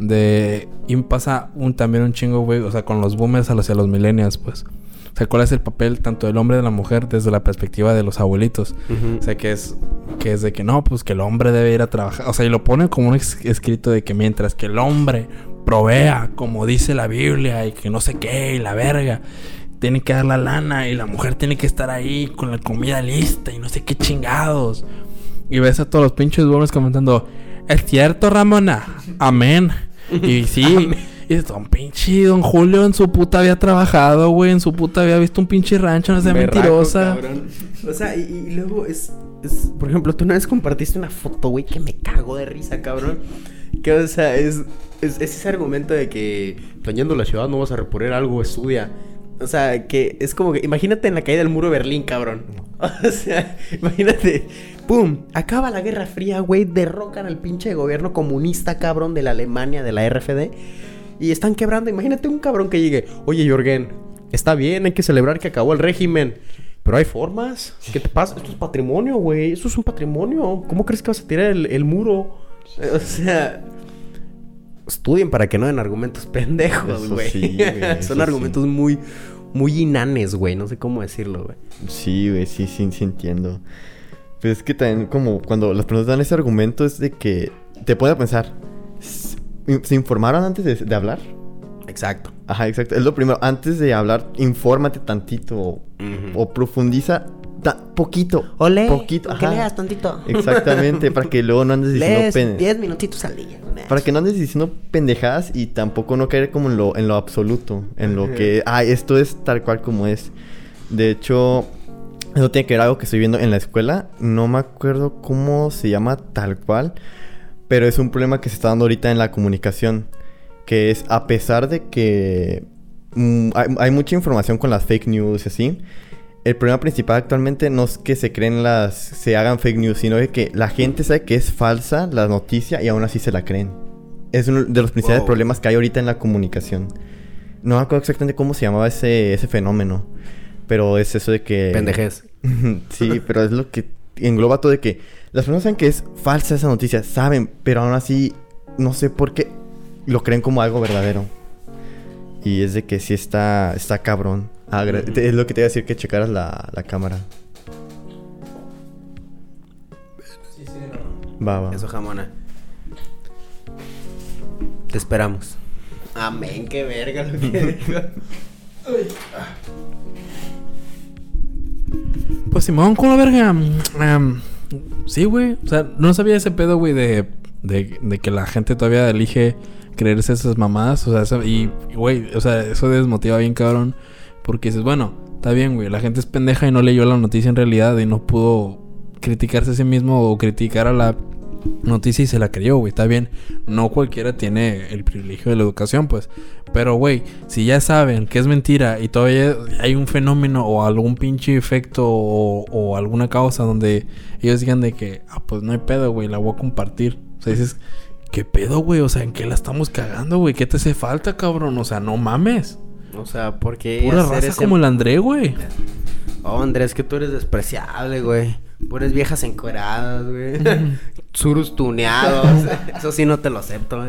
y pasa también un chingo, güey, o sea, con los boomers hacia los millennials, pues. O sea, ¿cuál es el papel tanto del hombre y de la mujer desde la perspectiva de los abuelitos? Uh-huh. O sea, que es de que no, pues que el hombre debe ir a trabajar. O sea, y lo ponen como un escrito de que mientras que el hombre provea, como dice la Biblia, y que no sé qué, y la verga... Tiene que dar la lana y la mujer tiene que estar ahí con la comida lista y no sé qué chingados. Y ves a todos los pinches boomers comentando, es cierto, Ramona, amén. Y sí, amén. Y don pinche Don Julio en su puta había trabajado, güey, en su puta había visto un pinche rancho, no sea mentirosa. Cabrón. O sea, y luego es, por ejemplo, tú una vez compartiste una foto, güey, que me cago de risa, cabrón. Que, o sea, es ese argumento de que dañando la ciudad no vas a reponer algo, estudia. O sea, que es como que... Imagínate en la caída del muro de Berlín, cabrón. O sea, imagínate... ¡Pum! Acaba la Guerra Fría, güey. Derrocan al pinche gobierno comunista, cabrón, de la Alemania, de la RFD. Y están quebrando. Imagínate un cabrón que llegue... Oye, Jorgen, está bien, hay que celebrar que acabó el régimen. Pero hay formas. ¿Qué te pasa? Esto es patrimonio, güey. Esto es un patrimonio. ¿Cómo crees que vas a tirar el muro? O sea... Estudien para que no den argumentos pendejos, güey. Sí, son argumentos sí. muy inanes, güey. No sé cómo decirlo, güey. Sí, güey. Sí entiendo. Pero es que también como cuando las personas dan ese argumento es de que te pone a pensar. ¿Se informaron antes de hablar? Exacto. Ajá, exacto. Es lo primero. Antes de hablar, infórmate tantito. Uh-huh. O profundiza poquito. O lee. Poquito. Que leas tantito. Exactamente. Para que luego no andes diciendo pendejadas. 10 minutitos al día. Para que no andes diciendo pendejadas y tampoco no caer como en lo absoluto. En lo que... esto es tal cual como es. De hecho, eso tiene que ver algo que estoy viendo en la escuela. No me acuerdo cómo se llama tal cual. Pero es un problema que se está dando ahorita en la comunicación. Que es, a pesar de que hay mucha información con las fake news y así... El problema principal actualmente no es que se hagan fake news, sino que la gente sabe que es falsa la noticia y aún así se la creen. Es uno de los principales problemas que hay ahorita en la comunicación. No me acuerdo exactamente cómo se llamaba ese fenómeno, pero es eso de que... Pendejez. Sí, pero es lo que engloba todo de que las personas saben que es falsa esa noticia, saben, pero aún así no sé por qué lo creen como algo verdadero. Y es de que sí está cabrón. Es lo que te iba a decir, que checaras la cámara. Sí, Va. Eso, jamona. Te esperamos. Amén, qué verga lo que dijo. Pues Simón, con la verga. Sí, güey. O sea, no sabía ese pedo, güey, de de que la gente todavía elige creerse esas mamadas. O sea, eso, güey, o sea, eso desmotiva bien, cabrón. Porque dices, bueno, está bien, güey, la gente es pendeja y no leyó la noticia en realidad y no pudo criticarse a sí mismo o criticar a la noticia y se la creyó, güey, está bien. No cualquiera tiene el privilegio de la educación, pues. Pero, güey, si ya saben que es mentira y todavía hay un fenómeno o algún pinche efecto o alguna causa donde ellos digan de que, pues no hay pedo, güey, la voy a compartir. O sea, dices, ¿qué pedo, güey? O sea, ¿en qué la estamos cagando, güey? ¿Qué te hace falta, cabrón? O sea, no mames. O sea, porque pura raza como el André, güey. Oh, Andrés, que tú eres despreciable, güey. Puras viejas encueradas, güey. Surus tuneados. Eso sí no te lo acepto,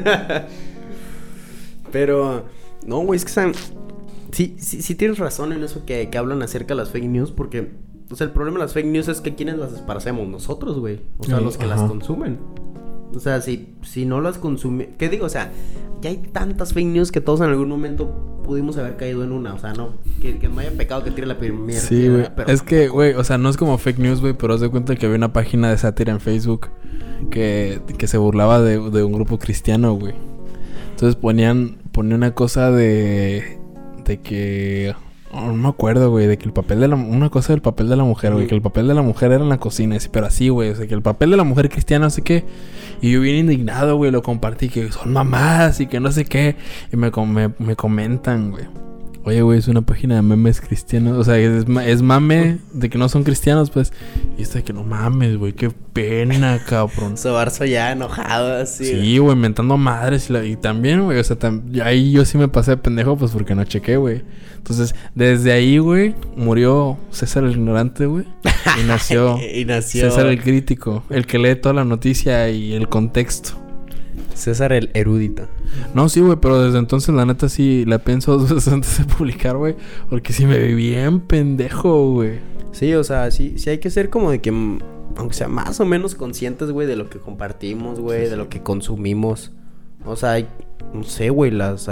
Pero, no, güey, es que saben. Sí tienes razón en eso que hablan acerca de las fake news. Porque, o sea, el problema de las fake news es que quienes las esparcemos, nosotros, güey. O sea, los que las consumen. O sea, si no las consume... ¿Qué digo? O sea, ya hay tantas fake news que todos en algún momento pudimos haber caído en una. O sea, no... Que no haya pecado que tire la primera. Sí, güey. Pero... Es que, güey, o sea, no es como fake news, güey, pero haz de cuenta que había una página de sátira en Facebook que se burlaba de un grupo cristiano, güey. Entonces ponían una cosa de que... No me acuerdo, güey, de que el papel de la... Una cosa del papel de la mujer, güey, que el papel de la mujer era en la cocina, pero así, güey, o sea, que el papel de la mujer cristiana, no sé qué. Y yo bien indignado, güey, lo compartí, que son mamadas y que no sé qué. Y me comentan, güey. Oye, güey, es una página de memes cristianos. O sea, es mame de que no son cristianos, pues. Y esto de que no mames, güey, qué pena, cabrón. Sobarzo ya enojado, así. Sí, güey, mentando madres. Y también, güey, o sea, ahí yo sí me pasé de pendejo, pues porque no chequé, güey. Entonces, desde ahí, güey, murió César el ignorante, güey. Y nació César el crítico, el que lee toda la noticia y el contexto. César el erudito. No, sí, güey, pero desde entonces la neta sí la pienso 2 veces antes de publicar, güey. Porque sí me vi bien pendejo, güey. Sí, o sea, sí hay que ser como de que... Aunque sea más o menos conscientes, güey, de lo que compartimos, güey, sí, de lo que consumimos. O sea, hay... No sé, güey,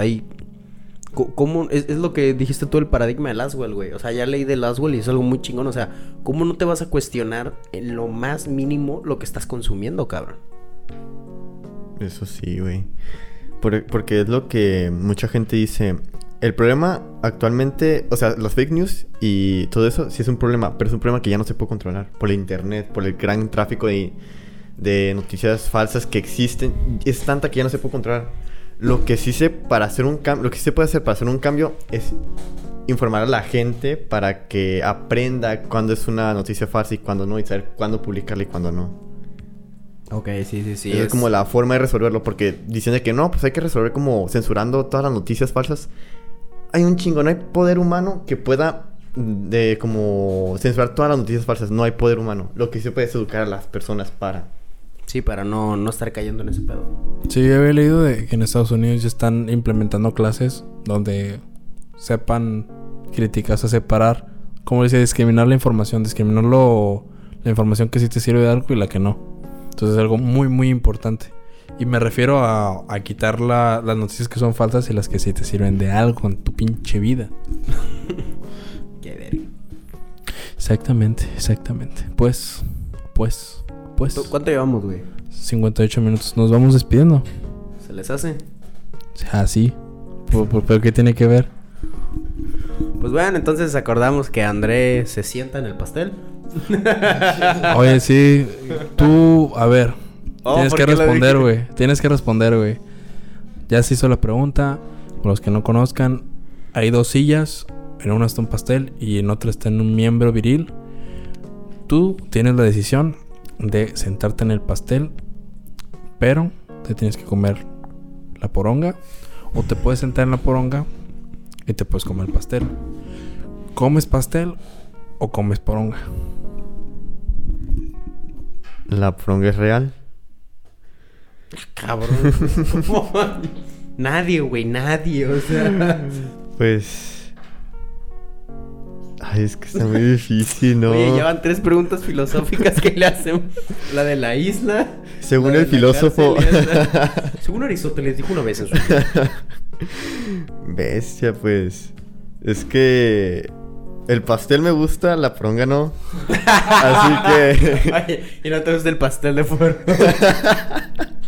¿Cómo? Es lo que dijiste tú, el paradigma de Laswell, güey. O sea, ya leí de Laswell y es algo muy chingón. O sea, ¿cómo no te vas a cuestionar en lo más mínimo lo que estás consumiendo, cabrón? Eso sí, güey. Porque es lo que mucha gente dice. El problema actualmente, o sea, los fake news y todo eso sí es un problema, pero es un problema que ya no se puede controlar por el internet, por el gran tráfico de noticias falsas que existen. Es tanta que ya no se puede controlar. Lo que sí se puede hacer para hacer un cambio es informar a la gente para que aprenda cuándo es una noticia falsa y cuándo no, y saber cuándo publicarla y cuándo no. Ok, sí. Es como la forma de resolverlo, porque diciendo que no, pues hay que resolver como censurando todas las noticias falsas. Hay un chingo, no hay poder humano que pueda como censurar todas las noticias falsas. No hay poder humano. Lo que sí se puede es educar a las personas para... Sí, para no estar cayendo en ese pedo. Sí, yo había leído de que en Estados Unidos ya están implementando clases donde sepan criticar, o sea, separar, como dice, discriminar la información, la información que sí te sirve de algo y la que no. Entonces es algo muy, muy importante. Y me refiero a quitar las noticias que son falsas y las que sí te sirven de algo en tu pinche vida. Qué verga. Exactamente. Pues. ¿Cuánto llevamos, güey? 58 minutos. Nos vamos despidiendo. ¿Se les hace? Ah, sí. ¿Pero qué tiene que ver? Pues bueno, entonces acordamos que André se sienta en el pastel. Oye, sí. Tú, a ver. Tienes que responder, güey. Ya se hizo la pregunta. Por los que no conozcan, hay 2 sillas. En una está un pastel y en otra está en un miembro viril. Tú tienes la decisión de sentarte en el pastel, pero te tienes que comer la poronga, o te puedes sentar en la poronga y te puedes comer el pastel. ¿Comes pastel o comes poronga? ¿La poronga es real? Cabrón. Nadie, güey, o sea. Pues... Ay, es que está muy difícil, ¿no? Oye, llevan 3 preguntas filosóficas que le hacen. La de la isla. Según el filósofo. Según Aristóteles dijo una vez en su vida. Bestia, pues. Es que... El pastel me gusta, la poronga no. Así que... Oye, y no te gusta el pastel de fuera.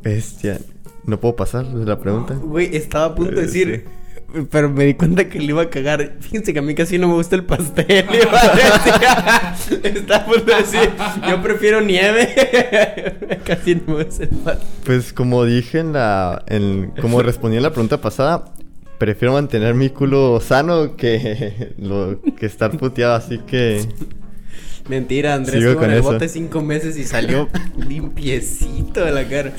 Bestia. ¿No puedo pasar de la pregunta? Güey, estaba a punto de decir... Pero me di cuenta que le iba a cagar. Fíjense que a mí casi no me gusta el pastel. Iba a decir. Estaba a punto de decir, yo prefiero nieve. Casi no me gusta el pastel. Pues como dije como respondí en la pregunta pasada, prefiero mantener mi culo sano que estar puteado, así que... Mentira, Andrés Sigo estuvo con en el eso. bote 5 meses y salió limpiecito de la cara.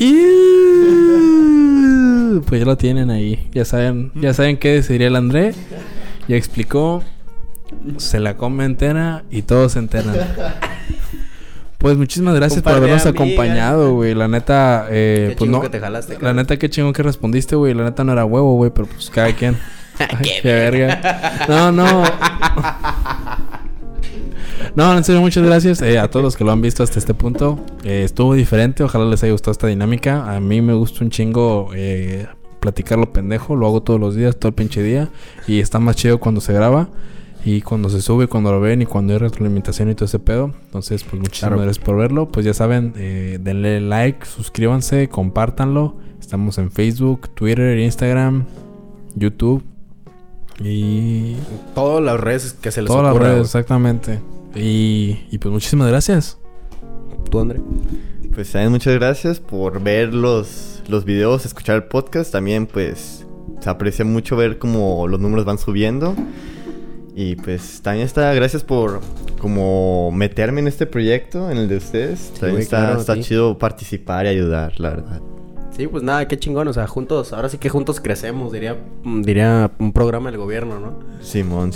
Pues ya lo tienen ahí. Ya saben qué decidiría el André. Ya explicó. Se la come entera y todos se enteran. Pues muchísimas gracias por habernos acompañado, güey. La neta, Qué pues chingo no. que te jalaste, La cabrón. neta, qué chingón que respondiste, güey. La neta no era huevo, güey, pero pues cada quien. Ay, qué verga. No. No, en serio, muchas gracias a todos los que lo han visto hasta este punto. Estuvo diferente, ojalá les haya gustado esta dinámica. A mí me gusta un chingo platicar lo pendejo. Lo hago todos los días, todo el pinche día. Y está más chido cuando se graba. Y cuando se sube, cuando lo ven y cuando hay retroalimentación y todo ese pedo. Entonces, pues muchísimas gracias por verlo. Pues ya saben, denle like, suscríbanse, compártanlo. Estamos en Facebook, Twitter, Instagram, YouTube. Y... Todas las redes que se les todas las ocurra, redes, güey. exactamente. Y pues muchísimas gracias. ¿Tú, André? Pues también muchas gracias por ver los videos, escuchar el podcast. También pues se aprecia mucho ver cómo los números van subiendo. Y pues también gracias por como meterme en este proyecto, en el de ustedes. Sí, También güey, claro, está sí. chido participar y ayudar, la verdad. Sí, pues nada, qué chingón. O sea, juntos, ahora sí que juntos crecemos, diría un programa del gobierno, ¿no? Simón.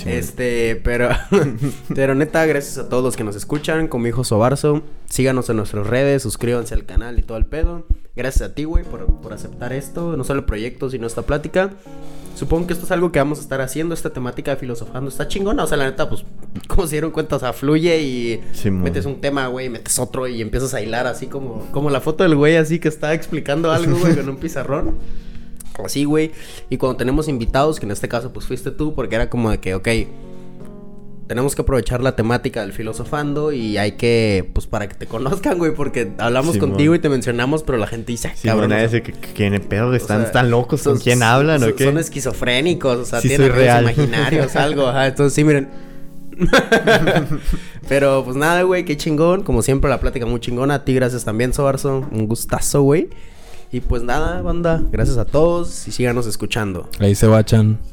Pero neta, gracias a todos los que nos escuchan, con mi hijo Sobarzo. Síganos en nuestras redes, suscríbanse al canal y todo el pedo. Gracias a ti, güey, por aceptar esto, no solo el proyecto, sino esta plática. Supongo que esto es algo que vamos a estar haciendo, esta temática de filosofando. Está chingona, o sea, la neta, pues, como se dieron cuenta, o sea, fluye y Simón. metes un tema, güey, metes otro y empiezas a hilar así como la foto del güey así que está explicando algo, güey, con un pizarrón. Así, güey. Y cuando tenemos invitados, que en este caso, pues, fuiste tú, porque era como de que, ok, tenemos que aprovechar la temática del filosofando y hay que, pues, para que te conozcan, güey, porque hablamos Simón. contigo y te mencionamos, pero la gente dice, Sí, cabrón, bueno, o sea, ¿quién pedo? ¿Están locos? ¿Con son- quién hablan o qué? Son esquizofrénicos, o sea, Sí, tienen soy real. imaginarios, algo, ajá. Entonces, sí, miren. Pero, pues nada, güey, qué chingón. Como siempre, la plática muy chingona. A ti, gracias también, Sobarzo. Un gustazo, güey. Y pues nada, banda, gracias a todos y síganos escuchando. Ahí se bachan.